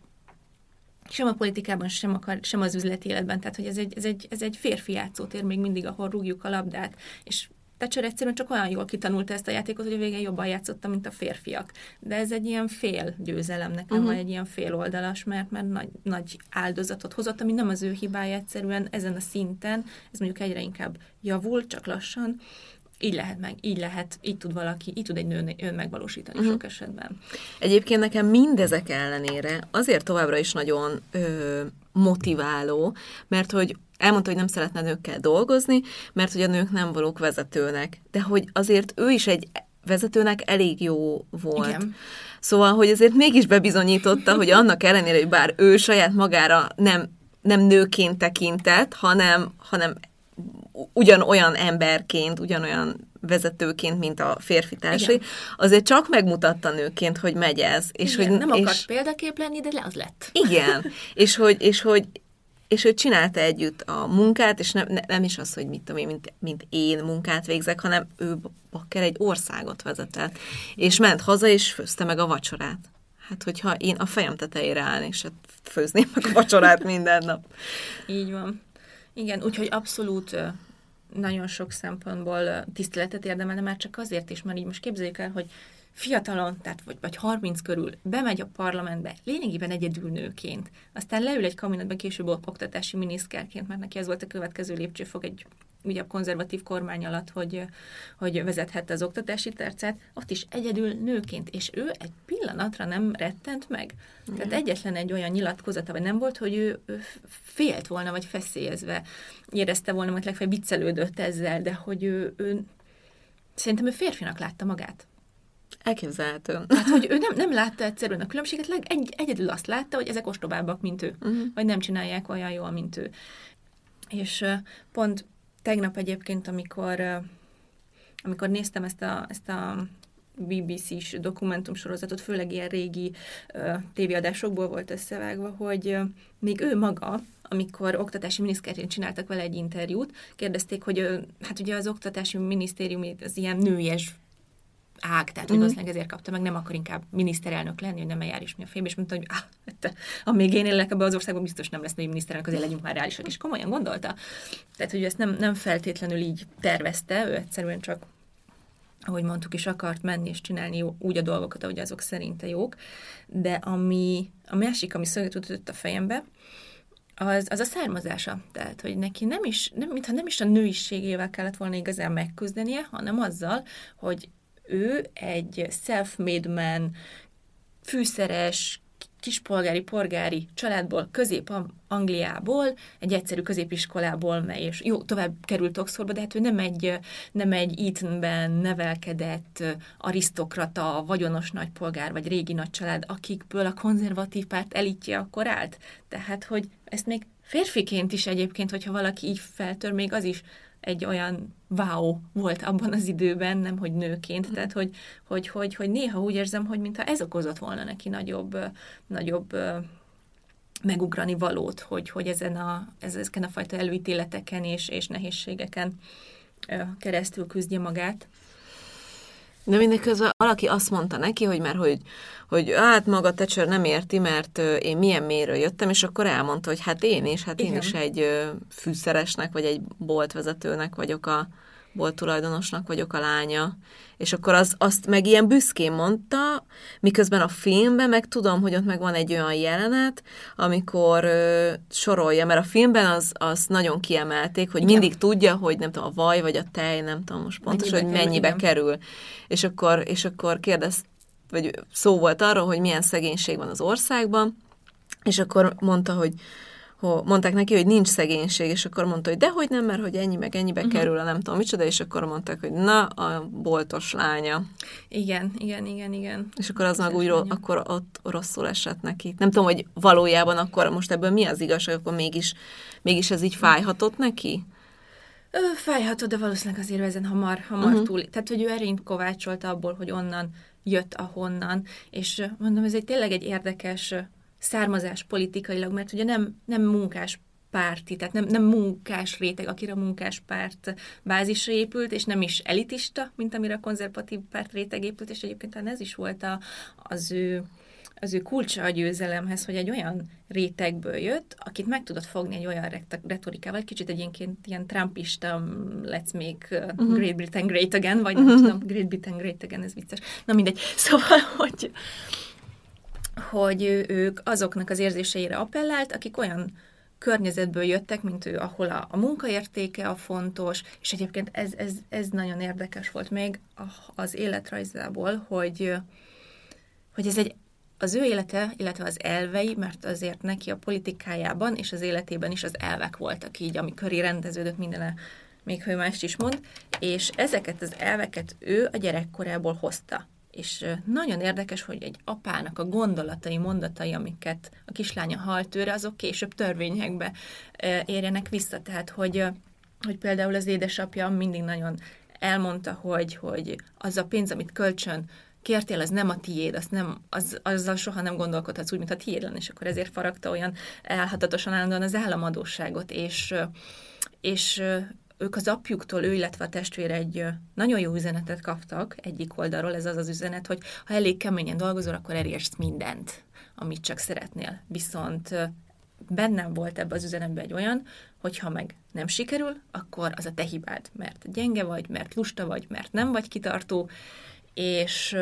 Sem a politikában, sem, akar, sem az üzleti életben. Tehát, hogy ez egy, ez, egy, ez egy férfi játszótér még mindig, ahol rúgjuk a labdát, és Thatcher egyszerűen csak olyan jól kitanulta ezt a játékot, hogy a végén jobban játszotta, mint a férfiak. De ez egy ilyen fél győzelem nekem, uh-huh. vagy egy ilyen fél oldalas, mert, mert nagy, nagy áldozatot hozott, ami nem az ő hibája, egyszerűen ezen a szinten, ez mondjuk egyre inkább javul, csak lassan, így lehet meg, így lehet, így tud valaki, így tud egy nő ön megvalósítani uh-huh. sok esetben. Egyébként nekem mindezek ellenére azért továbbra is nagyon ö, motiváló, mert hogy elmondta, hogy nem szeretne nőkkel dolgozni, mert hogy a nők nem valók vezetőnek. De hogy azért ő is egy vezetőnek elég jó volt. Igen. Szóval, hogy azért mégis bebizonyította, hogy annak ellenére, hogy bár ő saját magára nem, nem nőként tekintett, hanem, hanem ugyanolyan emberként, ugyanolyan vezetőként, mint a férfi társai, azért csak megmutatta nőként, hogy megy ez. És igen, hogy, nem akart és, példakép lenni, de le az lett. Igen, és hogy, és hogy és ő csinálta együtt a munkát, és nem, nem is az, hogy mit tudom én, mint, mint én munkát végzek, hanem ő bakker egy országot vezetett. És ment haza, és főzte meg a vacsorát. Hát, hogyha én a fejem tetejére állnék, és hát főzném meg a vacsorát minden nap. Így van. Igen, úgyhogy abszolút nagyon sok szempontból tiszteletet érdemelne, már csak azért is, mert így most képzeljük el, hogy fiatalon, tehát vagy, vagy harminc körül bemegy a parlamentbe, lényegében egyedül nőként. Aztán leül egy kabinetben később oktatási miniszterként, mert neki ez volt a következő lépcsőfok egy újabb konzervatív kormány alatt, hogy, hogy vezethette az oktatási tercet, ott is egyedül nőként, és ő egy pillanatra nem rettent meg. Mm. Tehát egyetlen egy olyan nyilatkozata, vagy nem volt, hogy ő, ő félt volna, vagy feszélyezve érezte volna, vagy legfeljebb viccelődött ezzel, de hogy ő, ő szerintem ő férfinak látta magát. Elképzelhető. Tehát, hogy ő nem, nem látta egyszerűen a különbséget, leg, egy, egyedül azt látta, hogy ezek ostobábbak, mint ő, uh-huh. vagy nem csinálják olyan jól, mint ő. És uh, pont tegnap egyébként, amikor, uh, amikor néztem ezt a, ezt a bé bé cés dokumentumsorozatot, főleg ilyen régi uh, tévéadásokból volt összevágva, hogy uh, még ő maga, amikor oktatási miniszterként csináltak vele egy interjút, kérdezték, hogy uh, hát ugye az oktatási minisztérium az ilyen nőies ág, tehát hogy mm. valószínűleg ezért kapta meg, nem akar inkább miniszterelnök lenni, hogy nem eljár is mi a félbe, és mondta, hogy ah, te, amíg én élek ebbe az országban, biztos nem lesz női miniszterelnök, azért legyünk már reálisak, és komolyan gondolta. Tehát, hogy ezt nem, nem feltétlenül így tervezte, ő egyszerűen csak, ahogy mondtuk is, akart menni és csinálni jó, úgy a dolgokat, ahogy azok szerinte jók, de ami, a másik, ami szöget ütött a fejembe, az, az a származása. Tehát, hogy neki nem is, nem, mintha nem is a nőiségével kellett volna igazán megküzdenie, hanem azzal, hogy ő egy self-made man, fűszeres, kispolgári, polgári családból, Közép-Angliából, egy egyszerű középiskolából megy, és jó, tovább került Oxfordba, de hát ő nem egy, nem egy Etonben nevelkedett arisztokrata, vagyonos nagypolgár, vagy régi nagy család, akikből a konzervatív párt elitje akkor állt. Tehát, hogy ezt még férfiként is egyébként, hogyha valaki így feltör, még az is egy olyan wow volt abban az időben, nem hogy nőként, mm. tehát hogy, hogy, hogy, hogy néha úgy érzem, hogy mintha ez okozott volna neki nagyobb, nagyobb megugrani valót, hogy, hogy ezen a, ezeken a fajta előítéleteken és, és nehézségeken keresztül küzdje magát. De mindeközben valaki azt mondta neki, hogy már, hogy, hogy hát maga Thatcher nem érti, mert én milyen mélyről jöttem, és akkor elmondta, hogy hát én is, hát Igen. én is egy fűszeresnek, vagy egy boltvezetőnek vagyok, a bolt tulajdonosnak vagyok a lánya. És akkor az, azt meg ilyen büszkén mondta, miközben a filmben meg tudom, hogy ott meg van egy olyan jelenet, amikor ö, sorolja, mert a filmben az, az nagyon kiemelték, hogy Igen. mindig tudja, hogy nem tudom, a vaj vagy a tej, nem tudom most pontosan, hogy kerül, mennyibe igen. kerül. És akkor, és akkor kérdez, vagy szó volt arról, hogy milyen szegénység van az országban, és akkor mondta, hogy mondták neki, hogy nincs szegénység, és akkor mondta, hogy dehogy nem, mert hogy ennyi meg ennyibe uh-huh. kerül, nem tudom micsoda, és akkor mondták, hogy na, a boltos lánya. Igen, igen, igen, igen. És akkor az meg úgy, akkor ott rosszul esett neki. Nem tudom, hogy valójában akkor most ebből mi az igazság, akkor mégis, mégis ez így fájhatott neki? Ö, fájhatott, de valószínűleg azért ezen hamar, hamar uh-huh. túl. Tehát, hogy ő erényt kovácsolta abból, hogy onnan jött, ahonnan, és mondom, ez egy tényleg egy érdekes származás politikailag, mert ugye nem, nem munkás párti, tehát nem, nem munkás réteg, akire a munkáspárt bázisra épült, és nem is elitista, mint amire a konzervatív párt réteg épült, és egyébként talán ez is volt a, az ő az ő kulcsa a győzelemhez, hogy egy olyan rétegből jött, akit meg tudott fogni egy olyan retorikával, egy kicsit egyébként ilyen trumpista, let's make uh, Great Britain great again, vagy nem uh-huh. tudom, Great Britain great again, ez vicces. Na mindegy. Szóval, hogy, hogy ők azoknak az érzéseire appellált, akik olyan környezetből jöttek, mint ő, ahol a, a munkaértéke a fontos, és egyébként ez, ez, ez nagyon érdekes volt még az életrajzából, hogy, hogy ez egy az ő élete, illetve az elvei, mert azért neki a politikájában és az életében is az elvek voltak így, ami köré rendeződött mindene, még ha ő mást is mond, és ezeket az elveket ő a gyerekkorából hozta. És nagyon érdekes, hogy egy apának a gondolatai, mondatai, amiket a kislánya hall tőle, azok később törvényekbe érjenek vissza. Tehát, hogy, hogy például az édesapja mindig nagyon elmondta, hogy, hogy az a pénz, amit kölcsön kértél, az nem a tiéd, azt nem, az, azzal soha nem gondolkodhatsz úgy, mint a tiéd lenne, és akkor ezért faragta olyan elhatatosan állandóan az államadósságot, és, és ők az apjuktól, ő, illetve a testvére egy nagyon jó üzenetet kaptak egyik oldalról, ez az az üzenet, hogy ha elég keményen dolgozol, akkor elérsz mindent, amit csak szeretnél. Viszont bennem volt ebbe az üzenetben egy olyan, hogy ha meg nem sikerül, akkor az a te hibád, mert gyenge vagy, mert lusta vagy, mert nem vagy kitartó, és,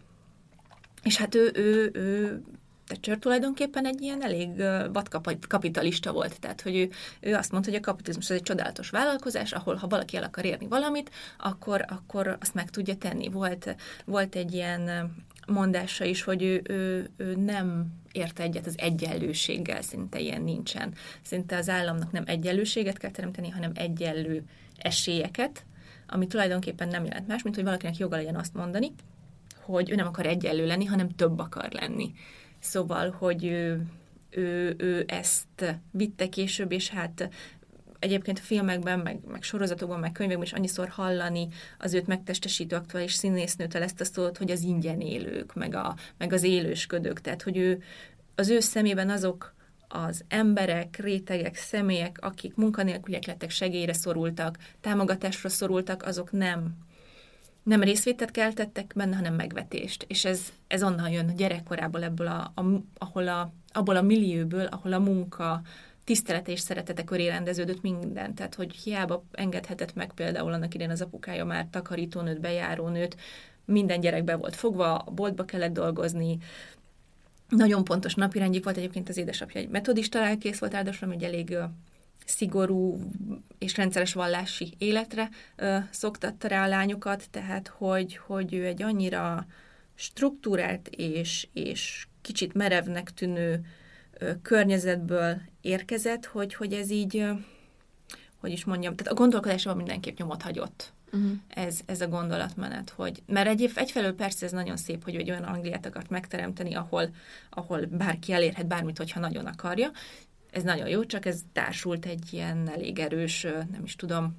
és hát ő, ő, ő Thatcher tulajdonképpen egy ilyen elég vadkapitalista volt, tehát hogy ő, ő azt mondta, hogy a kapitalizmus az egy csodálatos vállalkozás, ahol ha valaki el akar érni valamit, akkor, akkor azt meg tudja tenni. Volt, volt egy ilyen mondása is, hogy ő, ő, ő nem érte egyet az egyenlőséggel, szinte ilyen nincsen. Szinte az államnak nem egyenlőséget kell teremteni, hanem egyenlő esélyeket, ami tulajdonképpen nem jelent más, mint hogy valakinek joga legyen azt mondani, hogy ő nem akar egyenlő lenni, hanem több akar lenni. Szóval, hogy ő, ő, ő ezt vitte később, és hát egyébként a filmekben, meg, meg sorozatokban, meg könyvekben is annyiszor hallani az őt megtestesítő aktuális színésznőtől ezt a szót, hogy az ingyen élők, meg, a, meg az élősködők. Tehát, hogy ő, az ő szemében azok az emberek, rétegek, személyek, akik munkanélküliek lettek, segélyre szorultak, támogatásra szorultak, azok nem, nem részvétet keltettek benne, hanem megvetést. És ez, ez onnan jön a gyerekkorából, ebből a, a, ahol a, abból a millióból, ahol a munka, tisztelete és szeretete köré rendeződött minden. Tehát, hogy hiába engedhetett meg például annak idején az apukája már takarítónőt, bejárónőt, minden gyerek be volt fogva, a boltba kellett dolgozni, nagyon pontos napirendjük volt, egyébként az édesapja egy metodista lelkész volt, ráadásul egy elég uh, szigorú és rendszeres vallási életre uh, szoktatta rá a lányokat, tehát hogy, hogy ő egy annyira struktúrált és, és kicsit merevnek tűnő uh, környezetből érkezett, hogy, hogy ez így, uh, hogy is mondjam, tehát a gondolkodásában mindenképp nyomot hagyott. Uh-huh. Ez, ez a gondolatmenet, hogy, mert egy, egyfelől persze ez nagyon szép, hogy egy olyan Angliát akart megteremteni, ahol, ahol bárki elérhet bármit, hogyha nagyon akarja. Ez nagyon jó, csak ez társult egy ilyen elég erős, nem is tudom,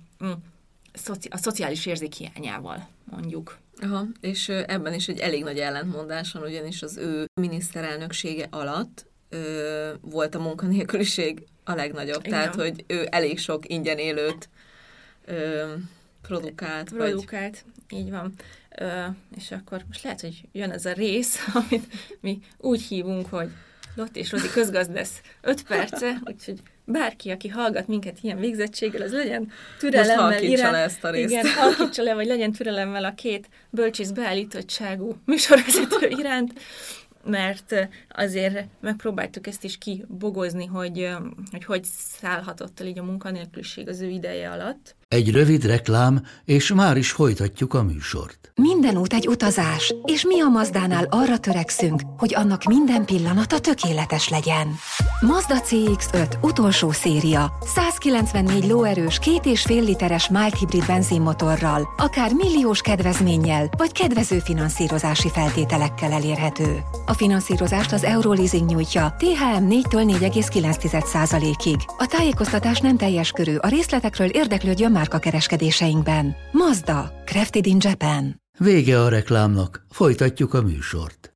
a szociális érzék hiányával, mondjuk. Aha, és ebben is egy elég nagy ellentmondás van, ugyanis az ő miniszterelnöksége alatt ö, volt a munkanélküliség a legnagyobb. Igen. Tehát, hogy ő elég sok ingyen élőt ö, produkált. Produkált, vagy... így van. Ö, és akkor most lehet, hogy jön ez a rész, amit mi úgy hívunk, hogy Lotti és Rozi közgazdász öt perce, úgyhogy bárki, aki hallgat minket ilyen végzettséggel, az legyen türelemmel iránt. Le ezt a részt. Igen, halkítsa le, vagy legyen türelemmel a két bölcsész beállítottságú műsorvezető iránt, mert azért megpróbáltuk ezt is kibogozni, hogy hogy, hogy szállhatott el így a munkanélküliség az ő ideje alatt. Egy rövid reklám, és már is folytatjuk a műsort. Minden út egy utazás, és mi a Mazdánál arra törekszünk, hogy annak minden pillanata tökéletes legyen. Mazda cé iksz öt utolsó széria, százkilencvennégy lóerős, két és fél literes mild hibrid benzinmotorral, akár milliós kedvezménnyel, vagy kedvező finanszírozási feltételekkel elérhető. A finanszírozást az Euroleasing nyújtja té há em négytől négy egész kilenc százalékig. A tájékoztatás nem teljes körű, a részletekről érdeklődjön márkakereskedéseinkben. Mazda, crafted in Japan. Vége a reklámnak, folytatjuk a műsort.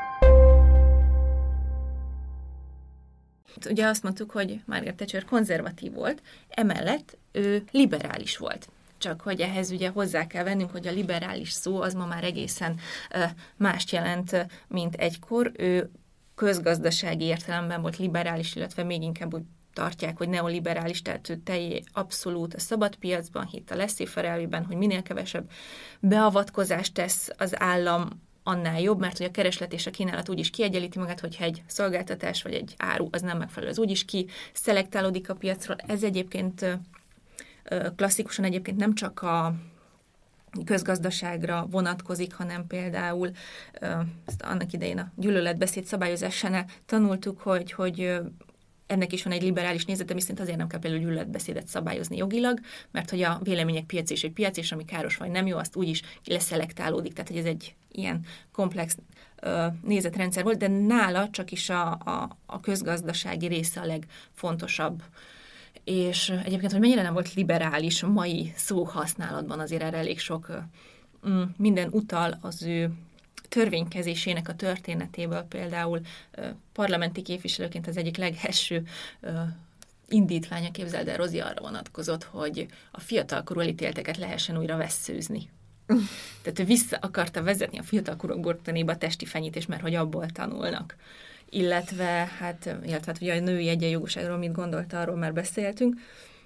Ugye azt mondtuk, hogy Margaret Thatcher konzervatív volt, emellett ő liberális volt. Csak hogy ehhez ugye hozzá kell vennünk, hogy a liberális szó az ma már egészen uh, mást jelent, mint egykor. Ő közgazdasági értelemben volt liberális, illetve még inkább úgy tartják, hogy neoliberális, tehát ő teljé abszolút a szabad piacban hitt, a laissez-faire elvében, hogy minél kevesebb beavatkozást tesz az állam, annál jobb, mert hogy a kereslet és a kínálat úgy is kiegyenlíti magát, hogyha egy szolgáltatás vagy egy áru az nem megfelelő, az úgy is ki szelektálódik a piacról. Ez egyébként klasszikusan egyébként nem csak a közgazdaságra vonatkozik, hanem például ezt annak idején a gyűlöletbeszéd szabályozásánál tanultuk, hogy, hogy ennek is van egy liberális nézete, viszont azért nem kell például gyűlöletbeszédet szabályozni jogilag, mert hogy a vélemények piac és egy piac, és ami káros vagy nem jó, azt úgyis leszelektálódik. Tehát, hogy ez egy ilyen komplex ö, nézetrendszer volt, de nála csak is a, a, a közgazdasági része a legfontosabb. És egyébként, hogy mennyire nem volt liberális a mai szóhasználatban, azért erre elég sok ö, minden utal az ő törvénykezésének a történetéből, például ö, parlamenti képviselőként az egyik legelső ö, indítványa, képzeld el, Rozi arra vonatkozott, hogy a fiatalkorú elítélteket lehessen újra vesszőzni. Tehát ő vissza akarta vezetni a fiatalkorúk börtönébe a testi fenyítést, mert hogy abból tanulnak. Illetve, hát, illetve hát ugye a női egyenjogúságról mit gondolt, arról már beszéltünk,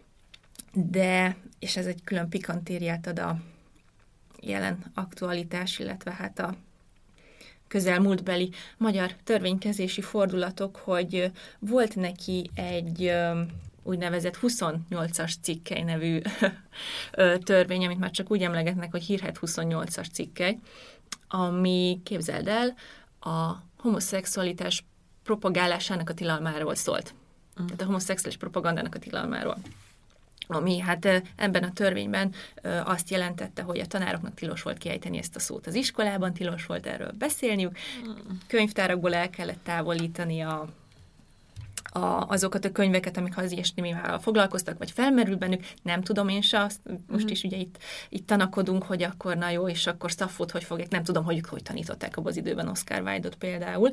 de, és ez egy külön pikantériát ad a jelen aktualitás, illetve hát a közelmúltbeli magyar törvénykezési fordulatok, hogy volt neki egy úgynevezett huszonnyolcas cikkely nevű törvény, amit már csak úgy emlegetnek, hogy hírhedt huszonnyolcas cikkely, ami, képzeld el, a homoszexualitás propagálásának a tilalmáról szólt. Mm. Tehát a homoszexuális propagandának a tilalmáról. Ami hát ebben a törvényben azt jelentette, hogy a tanároknak tilos volt kiejteni ezt a szót az iskolában, tilos volt erről beszélniük, könyvtárakból el kellett távolítani a, a, azokat a könyveket, amik az ilyesmivel foglalkoztak, vagy felmerül bennük, nem tudom én se, azt, most mm. is ugye itt, itt tanakodunk, hogy akkor na jó, és akkor Szaffót hogy fogják, nem tudom, hogy hogy tanították abban az időben Oscar Wilde-ot például.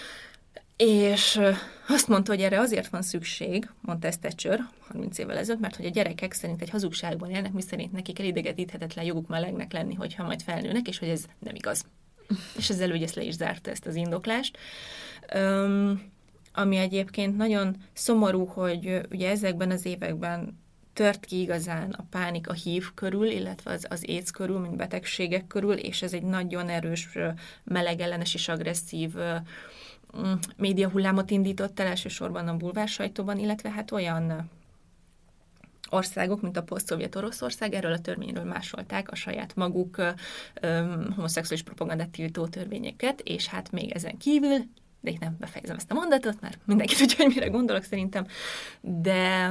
És azt mondta, hogy erre azért van szükség, mondta ezt Thatcher harminc évvel ezelőtt, mert hogy a gyerekek szerint egy hazugságban élnek, miszerint nekik elidegeníthetetlen joguk melegnek lenni, hogyha majd felnőnek, és hogy ez nem igaz. És ezzel ugye ezt le is zárta, ezt az indoklást. Um, ami egyébként nagyon szomorú, hogy ugye ezekben az években tört ki igazán a pánik a hív körül, illetve az, az AIDS körül, mint betegségek körül, és ez egy nagyon erős, melegellenes és agresszív média hullámot indított el, elsősorban a bulvár sajtóban, illetve hát olyan országok, mint a poszt-szovjet Oroszország, erről a törvényről másolták a saját maguk öm, homoszexuális propagandát tiltó törvényeket, és hát még ezen kívül, de itt nem befejezem ezt a mondatot, mert mindenki tudja, hogy mire gondolok szerintem, de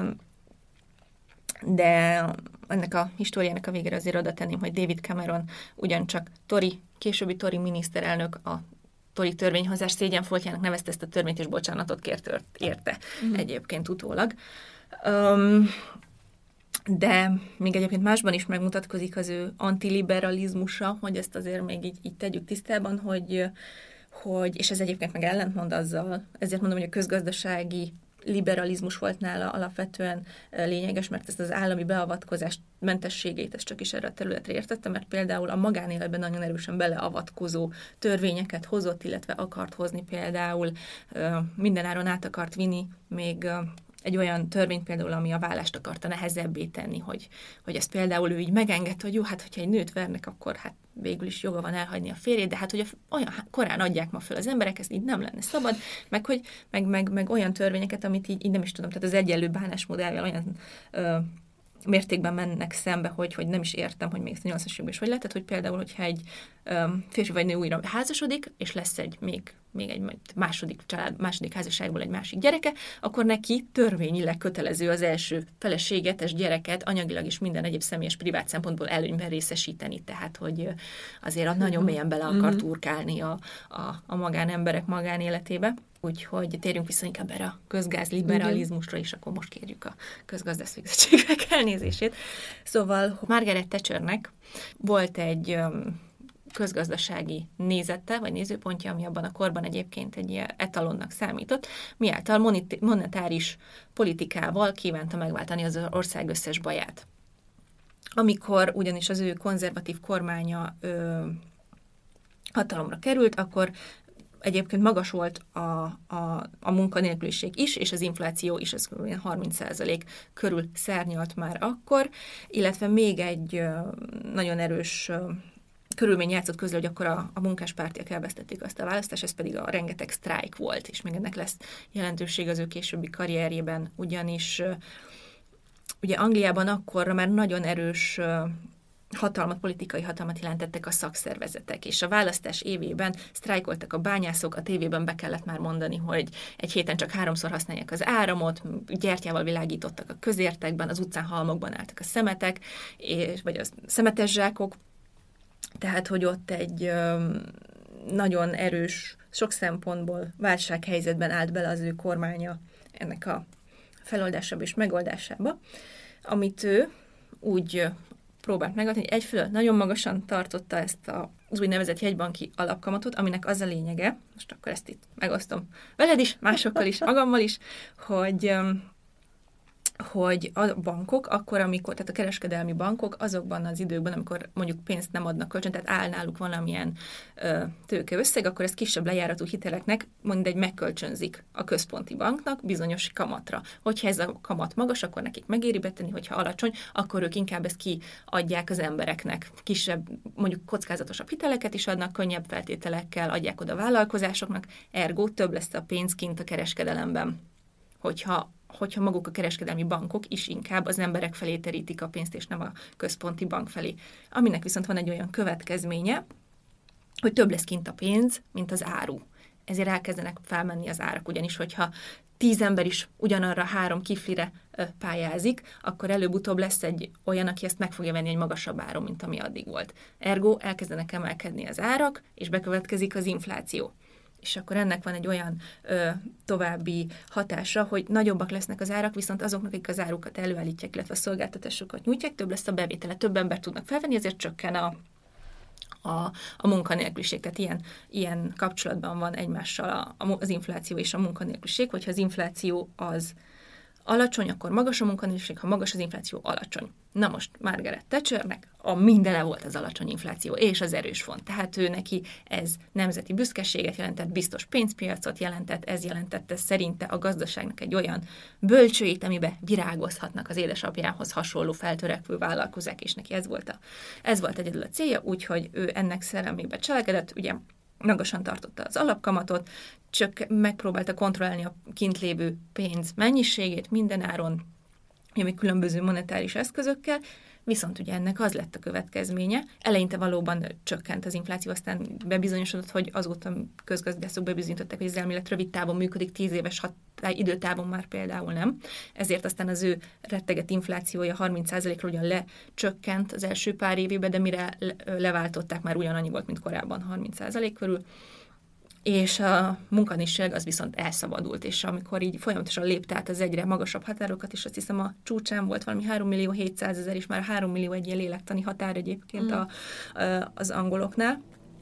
de ennek a históriának a végére azért oda tenném, hogy David Cameron ugyancsak Tory, későbbi Tory miniszterelnök, a Tory törvényhozás szégyenfoltjának nevezte ezt a törvényt, és bocsánatot kért érte mm. egyébként utólag. Um, de még egyébként másban is megmutatkozik az ő antiliberalizmusa, hogy ezt azért még így, így tegyük tisztában, hogy, hogy, és ez egyébként meg ellentmond azzal, ezért mondom, hogy a közgazdasági liberalizmus volt nála alapvetően lényeges, mert ezt az állami beavatkozás mentességét ezt csak is erre a területre értette, mert például a magánéletben nagyon erősen beleavatkozó törvényeket hozott, illetve akart hozni, például mindenáron át akart vinni még egy olyan törvényt például, ami a vállást akarta nehezebbé tenni, hogy, hogy ezt például ő így megengedte, hogy jó, hát hogyha egy nőt vernek, akkor hát végül is joga van elhagyni a férjét, de hát hogy olyan korán adják ma föl az emberek, ez így nem lenne szabad, meg, hogy, meg, meg, meg olyan törvényeket, amit így, így nem is tudom, tehát az egyenlő bánásmód elvél olyan ö, mértékben mennek szembe, hogy, hogy nem is értem, hogy még nyolcas években is hogy lehet, tehát, hogy például, hogyha egy ö, férfi vagy nő újra házasodik, és lesz egy még még egy második család, második házasságból egy másik gyereke, akkor neki törvényileg kötelező az első feleségetes gyereket anyagilag és minden egyéb személyes privát szempontból előnyben részesíteni. Tehát, hogy azért nagyon mélyen bele akar turkálni a, a, a magánemberek magánéletébe. Úgyhogy térjünk vissza inkább erre a közgázliberalizmusra, és akkor most kérjük a közgazdász végzettségek elnézését. Szóval Margaret Thatchernek volt egy közgazdasági nézete, vagy nézőpontja, ami abban a korban egyébként egy ilyen etalonnak számított, miáltal monetáris politikával kívánta megváltani az ország összes baját. Amikor ugyanis az ő konzervatív kormánya ö, hatalomra került, akkor egyébként magas volt a, a, a munkanélküliség is, és az infláció is, ez kb. harminc százalék körül szárnyalt már akkor, illetve még egy nagyon erős körülmény játszott közül, hogy akkor a, a munkáspártiak elvesztették azt a választást, ez pedig a rengeteg sztrájk volt, és még ennek lesz jelentőség az ő későbbi karrierjében, ugyanis ugye Angliában akkorra már nagyon erős hatalmat, politikai hatalmat jelentettek a szakszervezetek, és a választás évében sztrájkoltak a bányászok, a tévében be kellett már mondani, hogy egy héten csak háromszor használják az áramot, gyertyával világítottak a közértekben, az utcán halmokban álltak a szemetek, és, vagy a szemetes zsákok, tehát, hogy ott egy ö, nagyon erős, sok szempontból válsághelyzetben állt bele az ő kormánya ennek a feloldásába és megoldásába, amit ő úgy próbált megadni, hogy egyfelől nagyon magasan tartotta ezt az úgynevezett jegybanki alapkamatot, aminek az a lényege, most akkor ezt itt megosztom veled is, másokkal is, magammal is, hogy, hogy a bankok akkor, amikor, tehát a kereskedelmi bankok azokban az időkben, amikor mondjuk pénzt nem adnak kölcsön, tehát áll náluk valamilyen ö, tőkeösszeg, akkor ezt kisebb lejáratú hiteleknek mindegy megkölcsönzik a központi banknak bizonyos kamatra. Hogyha ez a kamat magas, akkor nekik megéri betenni, hogyha alacsony, akkor ők inkább ezt kiadják az embereknek. Kisebb, mondjuk kockázatosabb hiteleket is adnak, könnyebb feltételekkel adják oda a vállalkozásoknak, ergo több lesz a pénz kint a kereskedelemben. Hogyha hogyha maguk a kereskedelmi bankok is inkább az emberek felé terítik a pénzt, és nem a központi bank felé. Aminek viszont van egy olyan következménye, hogy több lesz kint a pénz, mint az áru. Ezért elkezdenek felmenni az árak, ugyanis hogyha tíz ember is ugyanarra három kiflire pályázik, akkor előbb-utóbb lesz egy olyan, aki ezt meg fogja venni egy magasabb áron, mint ami addig volt. Ergo elkezdenek emelkedni az árak, és bekövetkezik az infláció. És akkor ennek van egy olyan ö, további hatása, hogy nagyobbak lesznek az árak, viszont azoknak, akik az árukat előállítják, illetve a szolgáltatásokat nyújtják, több lesz a bevétele, több embert tudnak felvenni, ezért csökken a, a, a munkanélküliség. Tehát ilyen, ilyen kapcsolatban van egymással a, a, az infláció és a munkanélküliség, hogyha az infláció az alacsony, akkor magas a munkanélküliség, ha magas az infláció, alacsony. Na most Margaret Thatchernek a mindene volt az alacsony infláció, és az erős font. Tehát ő neki ez nemzeti büszkeséget jelentett, biztos pénzpiacot jelentett, ez jelentette szerinte a gazdaságnak egy olyan bölcsőit, amiben virágozhatnak az édesapjához hasonló feltörekvő vállalkozók, és neki ez volt, a, ez volt egyedül a célja, úgyhogy ő ennek szellemében cselekedett, ugye magasan tartotta az alapkamatot, csak megpróbálta kontrollálni a kint lévő pénz mennyiségét mindenáron, még különböző monetáris eszközökkel, viszont ugye ennek az lett a következménye. Eleinte valóban csökkent az infláció, aztán bebizonyosodott, hogy azóta közgazdászok bebizonyították, hogy az elmélet rövid távon működik, tíz éves hatály, időtávon már például nem. Ezért aztán az ő retteget inflációja harminc százalékra ugyan lecsökkent az első pár évében, de mire leváltották, már ugyanannyi volt, mint korábban, harminc százalék körül. És a munkanélküliség az viszont elszabadult, és amikor így folyamatosan lépte át az egyre magasabb határokat, és azt hiszem a csúcsán volt valami három millió hétszázezer, és már három millió egy ilyen lélektani határ egyébként mm. a, a, az angoloknál.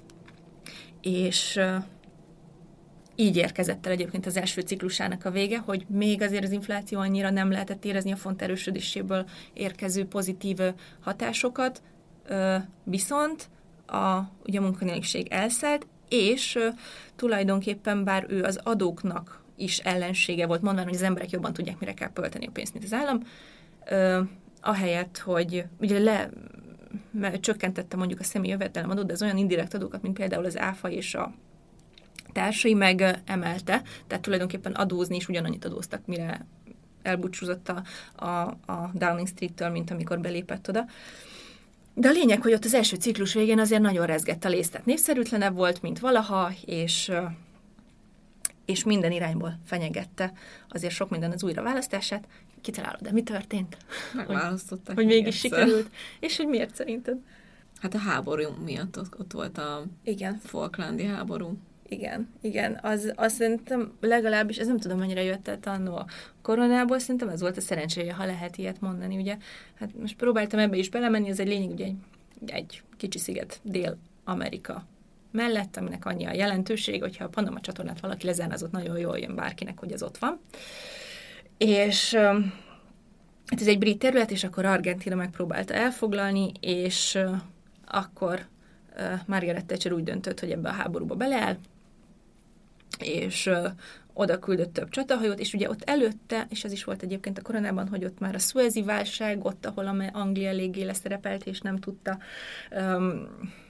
És így érkezett el egyébként az első ciklusának a vége, hogy még azért az infláció annyira nem lehetett érezni a font erősödéséből érkező pozitív hatásokat, viszont a, ugye a munkanélküliség elszállt, és uh, tulajdonképpen bár ő az adóknak is ellensége volt, mondván, hogy az emberek jobban tudják, mire kell költeni a pénzt, mint az állam, uh, ahelyett, hogy ugye le csökkentette mondjuk a személyi jövedelemadót, de az olyan indirekt adókat, mint például az áfa és a társai meg uh, emelte, tehát tulajdonképpen adózni is ugyanannyit adóztak, mire elbúcsúzott a, a, a Downing Street-től, mint amikor belépett oda. De a lényeg, hogy ott az első ciklus végén azért nagyon rezgett a léc, tehát népszerűtlenebb volt, mint valaha, és, és minden irányból fenyegette azért sok minden az újraválasztását. Kitalálod, de mi történt? Megválasztották. Hogy, hogy mégis sikerült. És hogy miért szerinted? Hát a háború miatt ott, ott volt a igen. Falklandi háború. Igen, igen. Az, azt szerintem legalábbis, ez nem tudom, mennyire jött el annó a koronából, szerintem ez volt a szerencséje, ha lehet ilyet mondani, ugye. Hát most próbáltam ebbe is belemenni, ez egy lényeg, ugye egy, egy kicsi sziget Dél-Amerika mellett, aminek annyi a jelentőség, hogyha a Panama csatornát valaki lezárna, az ott nagyon jól jön bárkinek, hogy ez ott van. És hát ez egy brit terület, és akkor Argentína megpróbálta elfoglalni, és akkor Margaret Thatcher úgy döntött, hogy ebbe a háborúba beleáll, és ö, oda küldött több csatahajót, és ugye ott előtte, és ez is volt egyébként a koronában, hogy ott már a szuezi válság, ott, ahol Anglia eléggé leszerepelt, és nem tudta um,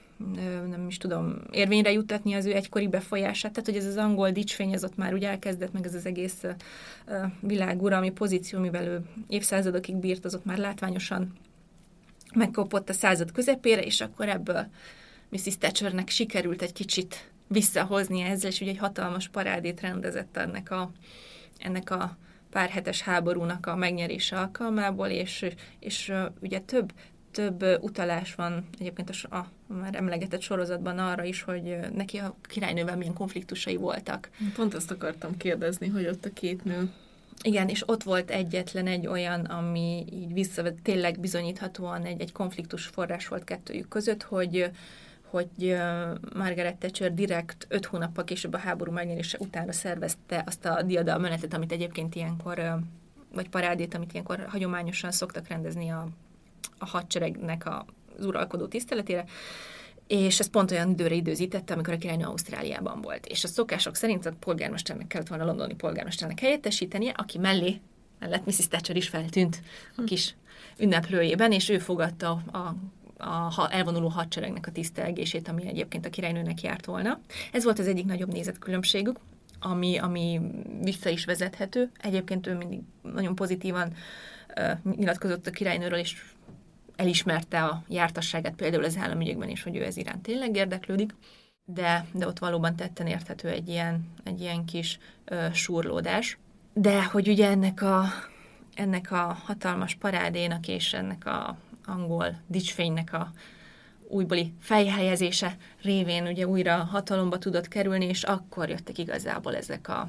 nem is tudom, érvényre juttatni az ő egykori befolyását, tehát hogy ez az angol dicsfény, ez ott már úgy elkezdett, meg ez az egész uh, világuralmi pozíció, mivel ő évszázadokig bírt, az ott már látványosan megkopott a század közepére, és akkor ebből missziz Thatchernek sikerült egy kicsit visszahozni ezzel, és ugye egy hatalmas parádét rendezett ennek a, ennek a pár hetes háborúnak a megnyerése alkalmából, és, és uh, ugye több Több utalás van egyébként a, a már emlegetett sorozatban arra is, hogy neki a királynővel milyen konfliktusai voltak. Pont azt akartam kérdezni, hogy ott a két nő. Igen, és ott volt egyetlen egy olyan, ami így visszavett, tényleg bizonyíthatóan egy, egy konfliktus forrás volt kettőjük között, hogy, hogy Margaret Thatcher direkt öt hónappal később a háború megnyerése utána szervezte azt a diadalmenetet, amit egyébként ilyenkor, vagy parádét, amit ilyenkor hagyományosan szoktak rendezni a a hadseregnek az uralkodó tiszteletére, és ez pont olyan időre időzítette, amikor a királynő Ausztráliában volt. És a szokások szerint a polgármesternek kellett volna a londoni polgármesternek helyettesítenie, aki mellé, mellett missziz Thatcher is feltűnt a kis ünneplőjében, és ő fogadta a, a elvonuló hadseregnek a tisztelgését, ami egyébként a királynőnek járt volna. Ez volt az egyik nagyobb nézetkülönbségük, ami, ami vissza is vezethető. Egyébként ő mindig nagyon pozitívan uh, nyilatkozott a királynőről, és elismerte a jártasságát például az államügyekben is, hogy ő ez iránt tényleg érdeklődik, de, de ott valóban tetten érthető egy ilyen, egy ilyen kis ö, súrlódás. De hogy ugye ennek a, ennek a hatalmas parádénak és ennek a angol dicsfénynek a újbóli fejhelyezése révén ugye újra hatalomba tudott kerülni, és akkor jöttek igazából ezek a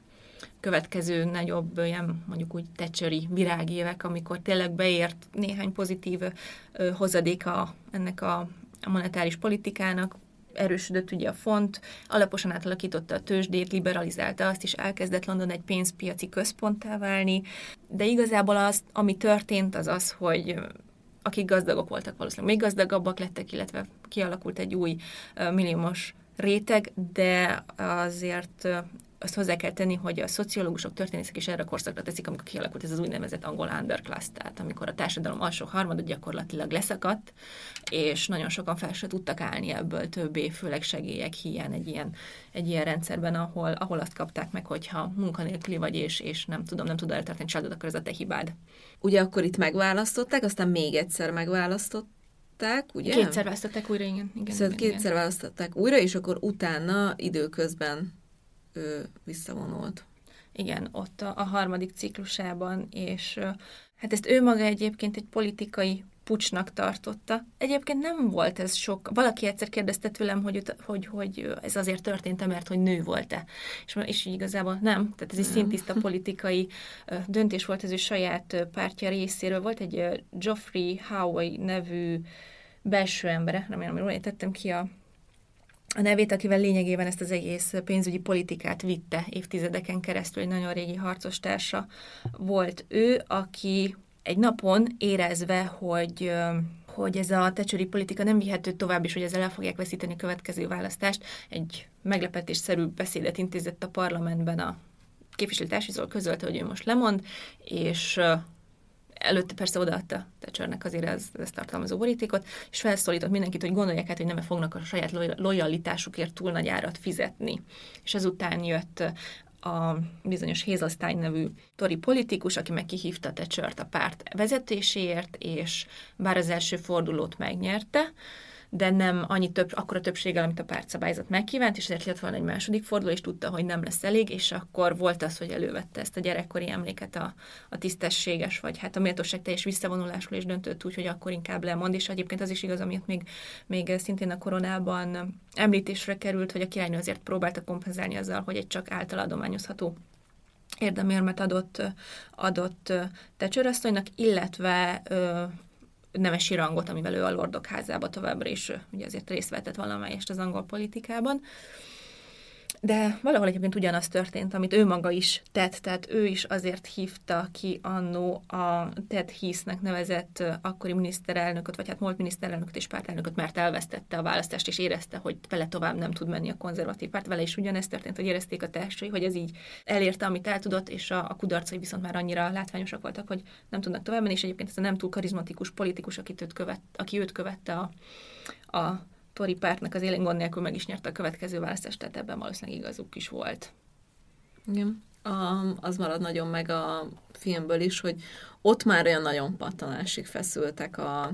következő nagyobb, ilyen mondjuk úgy thatcheri virágévek, amikor tényleg beért néhány pozitív ö, hozadéka ennek a, a monetáris politikának, erősödött ugye a font, alaposan átalakította a tőzsdét, liberalizálta azt, és elkezdett London egy pénzpiaci központtá válni, de igazából az, ami történt, az az, hogy akik gazdagok voltak, valószínűleg még gazdagabbak lettek, illetve kialakult egy új uh, milliómos réteg, de azért uh, azt hozzá kell tenni, hogy a szociológusok, történészek is erre a korszakra teszik, amikor kialakult ez az úgynevezett angol underclass, tehát amikor a társadalom alsó harmada gyakorlatilag leszakadt, és nagyon sokan fel se tudtak állni ebből többé, főleg segélyek hiány egy ilyen, egy ilyen rendszerben, ahol, ahol azt kapták meg, hogyha munkanélküli vagy, és, és nem tudom, nem tudod eltartani családod, akkor ez a te hibád. Ugye akkor itt megválasztották, aztán még egyszer megválasztották, ugye? Kétszer választották újra, igen. igen szóval igen, kétszer igen. választották újra, és akkor utána időközben ő visszavonult. Igen, ott a, a harmadik ciklusában, és hát ezt ő maga egyébként egy politikai pucsnak tartotta. Egyébként nem volt ez sok. Valaki egyszer kérdezte tőlem, hogy, hogy, hogy ez azért történt, mert hogy nő volt-e. És, és igazából nem. Tehát ez egy szintiszta politikai döntés volt az ő saját pártja részéről. Volt egy Geoffrey Howe nevű belső embere, remélem, hogy tettem ki a a nevét, akivel lényegében ezt az egész pénzügyi politikát vitte évtizedeken keresztül, egy nagyon régi harcostársa volt ő, aki egy napon érezve, hogy, hogy ez a thatcheri politika nem vihető tovább, és hogy ezzel el fogják veszíteni a következő választást, egy meglepetésszerű beszédet intézett a parlamentben a képviselőtársizól, közölte, hogy ő most lemond, és előtte persze odaadta Thatchernek azért ez, ez tartalmazó borítékot, és felszólított mindenkit, hogy gondolják át, hogy nem fognak a saját lojalitásukért túl nagy árat fizetni. És ezután jött a bizonyos Hazel Stein nevű tori politikus, aki meg kihívta Thatchert a párt vezetéséért, és bár az első fordulót megnyerte, de nem annyi több, akkora többséggel, amit a pártszabályzat megkívánt, és ezért lett volna egy második forduló, és tudta, hogy nem lesz elég, és akkor volt az, hogy elővette ezt a gyerekkori emléket a, a tisztességes, vagy hát a méltóság teljes visszavonulásról, és döntött úgy, hogy akkor inkább lemond, és egyébként az is igaz, amit még, még szintén a koronában említésre került, hogy a királynő azért próbálta kompenzálni azzal, hogy egy csak által adományozható érdemérmet adott, adott Thatcher asszonynak, illetve nemesi rangot, amivel ő a Lordok házába továbbra is ugye azért részt vehetett valamelyest az angol politikában. De valahol egyébként ugyanaz történt, amit ő maga is tett, tehát ő is azért hívta ki annó a Ted Heath-nek nevezett akkori miniszterelnököt, vagy hát volt miniszterelnököt és pártelnököt, mert elvesztette a választást, és érezte, hogy vele tovább nem tud menni a konzervatív párt. Vele is ugyanezt történt, hogy érezték a társai, hogy ez így elérte, amit el tudott, és a, a kudarcai viszont már annyira látványosak voltak, hogy nem tudnak tovább menni, és egyébként ez a nem túl karizmatikus politikus, akit őt követ, aki őt követte a, a Tory pártnak az élén gond nélkül meg is nyerte a következő választást, tehát ebben valószínűleg igazuk is volt. Igen. Um, az marad nagyon meg a filmből is, hogy ott már olyan nagyon pattanásig feszültek a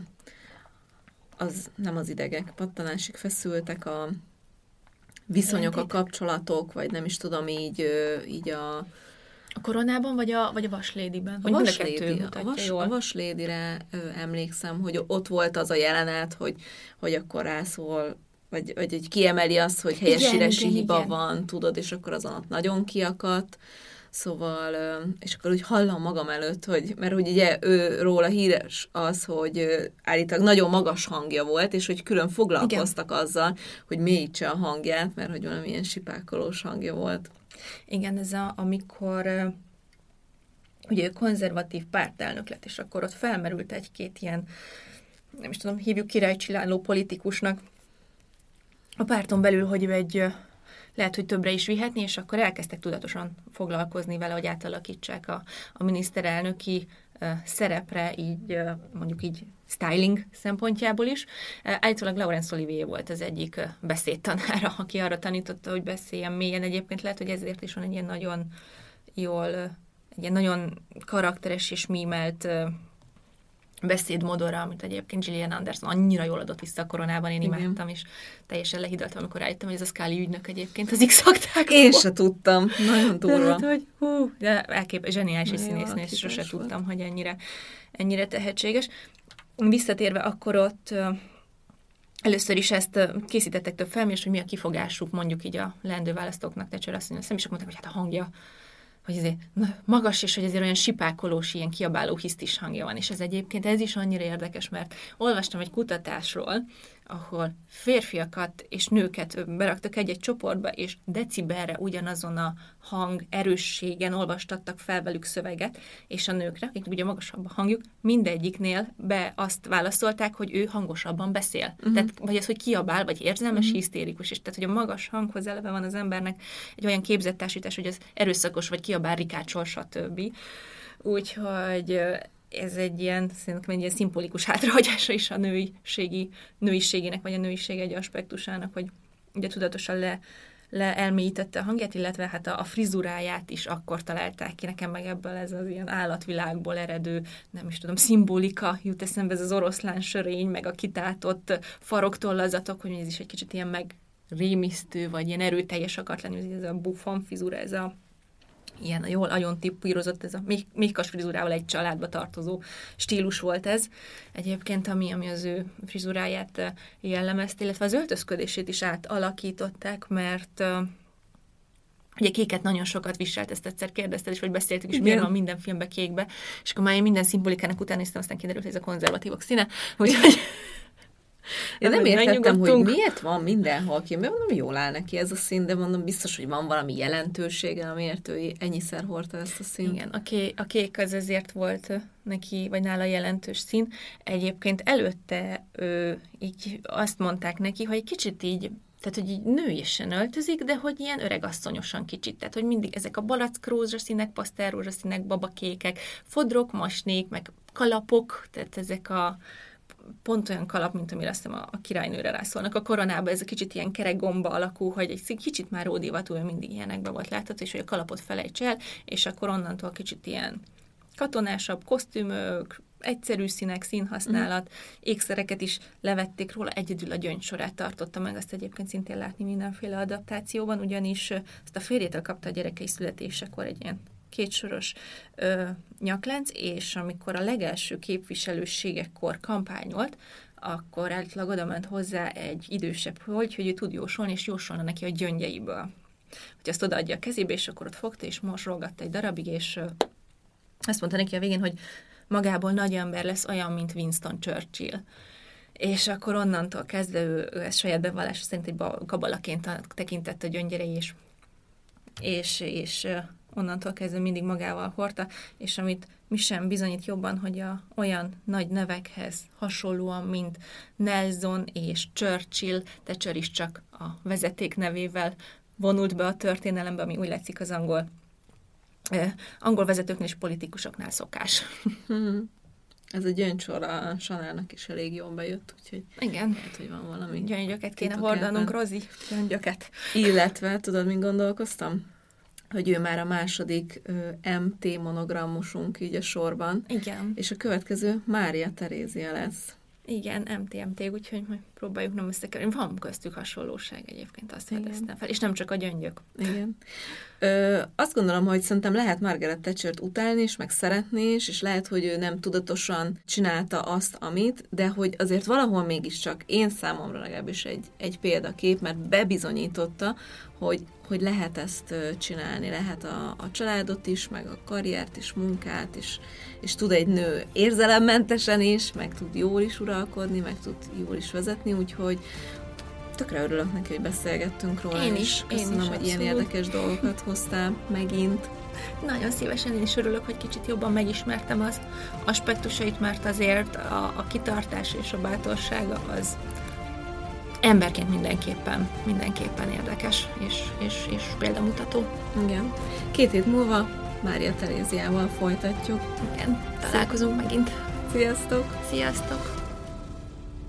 az, nem az idegek, pattanásig feszültek a viszonyok, a kapcsolatok, vagy nem is tudom, így, így a A Koronában, vagy a, vagy a Vaslédiben? A Vaslédi, a, vas, a Vaslédire emlékszem, hogy ott volt az a jelenet, hogy, hogy akkor rászól, vagy, vagy hogy kiemeli azt, hogy helyesírási hiba igen. van, tudod, és akkor azon ott nagyon kiakadt. Szóval, és akkor úgy hallom magam előtt, hogy, mert hogy ugye ő róla híres az, hogy állítólag nagyon magas hangja volt, és hogy külön foglalkoztak igen. azzal, hogy mélyítse a hangját, mert hogy valamilyen sipákolós hangja volt. Igen, ez a, amikor uh, ugye ő konzervatív pártelnök lett, és akkor ott felmerült egy-két ilyen, nem is tudom, hívjuk királycsiláló politikusnak a párton belül, hogy ő egy, uh, lehet, hogy többre is vihetni, és akkor elkezdtek tudatosan foglalkozni vele, hogy átalakítsák a, a miniszterelnöki uh, szerepre, így uh, mondjuk így styling szempontjából is. Állítólag Laurence Olivier volt az egyik beszédtanára, aki arra tanította, hogy beszéljen mélyen. Egyébként lehet, hogy ezért is van egy ilyen nagyon jól, egy ilyen nagyon karakteres és mímelt beszédmodora, amit egyébként Gillian Anderson annyira jól adott vissza a Koronában, én imádtam, igen. és teljesen lehidaltam, amikor rájöttem, hogy ez a Scully ügynök egyébként az X-faktákból. Én se tudtam, nagyon durva. Tehát, hogy hú, de elkép, zseniális és színésznő, és sose volt. Tudtam, hogy ennyire, ennyire tehetséges. Visszatérve, akkor ott uh, először is ezt uh, készítettek több felmérést, hogy mi a kifogásuk mondjuk így a leendő választóknak, Thatcher azt mondja, és akkor mondták, hogy hát a hangja, hogy azért na, magas, és hogy azért olyan sipákolós, ilyen kiabáló, hisztis hangja van. És ez egyébként ez is annyira érdekes, mert olvastam egy kutatásról, ahol férfiakat és nőket beraktak egy-egy csoportba, és decibelre ugyanazon a hang erősségen olvastattak fel velük szöveget, és a nőkre, akiknek ugye magasabb a hangjuk, mindegyiknél be azt válaszolták, hogy ő hangosabban beszél. Uh-huh. Tehát, vagy az, hogy kiabál, vagy érzelmes, uh-huh. hisztérikus. És tehát, hogy a magas hanghoz eleve van az embernek egy olyan képzettársítás, hogy az erőszakos, vagy kiabál, rikácsol, stb. Úgyhogy ez egy ilyen, szerintem egy ilyen szimbolikus hátrahagyása is a nőiségi, nőiségének, vagy a nőiség egy aspektusának, hogy ugye tudatosan le, leelmélyítette a hangját, illetve hát a, a frizuráját is akkor találták ki. Nekem meg ebből ez az ilyen állatvilágból eredő, nem is tudom, szimbolika jut eszembe, ez az oroszlán sörény, meg a kitátott faroktollazatok, hogy ez is egy kicsit ilyen megrémisztő, vagy ilyen erőteljes akart lenni, ez a buffon frizura, ez a ilyen jól agyon tipírozott, ez a méhkas frizurával egy családba tartozó stílus volt ez. Egyébként, ami, ami az ő frizuráját jellemezte, illetve az öltözködését is átalakították, mert uh, ugye kéket nagyon sokat viselt, ezt egyszer kérdezted is, vagy beszéltük is, igen. miért van minden filmben kékbe, és akkor már én minden szimbolikának után néztem, aztán kiderült, hogy ez a konzervatívok színe, úgyhogy én nem értettem, hogy miért van mindenhol ki, mert mondom, jól áll neki ez a szín, de mondom, biztos, hogy van valami jelentősége, amiért ő ennyiszer hordta ezt a színt. Igen, a kék, a kék az ezért volt neki, vagy nála jelentős szín. Egyébként előtte ő, így azt mondták neki, hogy egy kicsit így, tehát, hogy így nőiesen öltözik, de hogy ilyen öregasszonyosan kicsit. Tehát, hogy mindig ezek a balack rózsaszínek, pasztel rózsaszínek, babakékek, fodrok, masnék, meg kalapok, tehát ezek a pont olyan kalap, mint amire azt hiszem a, a királynőre rászólnak a Koronában, ez a kicsit ilyen kerek gomba alakú, hogy egy kicsit már ódivatú, mindig ilyenekben volt látható, és hogy a kalapot felejts el, és akkor onnantól kicsit ilyen katonásabb kosztümök, egyszerű színek, színhasználat, mm. ékszereket is levették róla, egyedül a gyöngysorát tartotta meg, azt egyébként szintén látni mindenféle adaptációban, ugyanis azt a férjétől kapta a gyerekei születésekor egy ilyen kétsoros ö, nyaklánc, és amikor a legelső képviselőségekkor kampányolt, akkor általában oda ment hozzá egy idősebb hölgy, hogy ő tud jósolni, és jósolna neki a gyöngyeiből. Hogy azt odaadja a kezébe, és akkor ott fogta, és mosolgatta egy darabig, és ö, azt mondta neki a végén, hogy magából nagy ember lesz, olyan, mint Winston Churchill. És akkor onnantól kezdve ő, ő ezt saját bevallása szerint egy kabalaként tekintett a gyöngyerei, és és, és onnantól kezdve mindig magával hordta, és amit mi sem bizonyít jobban, hogy a olyan nagy nevekhez hasonlóan, mint Nelson és Churchill, Thatcher is csak a vezeték nevével vonult be a történelembe, ami úgy látszik az angol, eh, angol vezetőknél és politikusoknál szokás. Hmm. Ez a gyöngycsor a Chanelnak is elég jól bejött, úgyhogy igen. lehet, hogy van valami. Gyöngyöket kéne hordanunk, Rozi, gyöngyöket. Illetve, tudod, mint gondolkoztam? Hogy ő már a második ö, em té monogrammusunk így a sorban. Igen. És a következő Mária Terézia lesz. Igen, em té em té, úgyhogy majd próbáljuk nem összekerülni. Van köztük hasonlóság egyébként, azt fedeztem fel, és nem csak a gyöngyök. Igen. Ö, azt gondolom, hogy szerintem lehet Margaret Thatchert utálni is, meg szeretni is, és lehet, hogy ő nem tudatosan csinálta azt, amit, de hogy azért valahol mégiscsak én számomra legalábbis egy, egy példakép, mert bebizonyította, hogy, hogy lehet ezt csinálni, lehet a, a családot is, meg a karriert is, munkát is, és tud egy nő érzelemmentesen is, meg tud jól is uralkodni, meg tud jól is vezetni, úgyhogy tökre örülök neki, hogy beszélgettünk róla. Én is. Köszönöm, én is, hogy abszolút. Ilyen érdekes dolgokat hoztál megint. Nagyon szívesen én is örülök, hogy kicsit jobban megismertem az aspektusait, mert azért a, a kitartás és a bátorsága az emberként mindenképpen, mindenképpen érdekes és, és, és példamutató. Igen. Két hét múlva Mária Teréziával folytatjuk. Igen, találkozunk megint. Sziasztok! Sziasztok!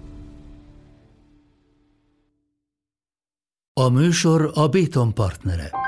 A műsor a Béton partnere.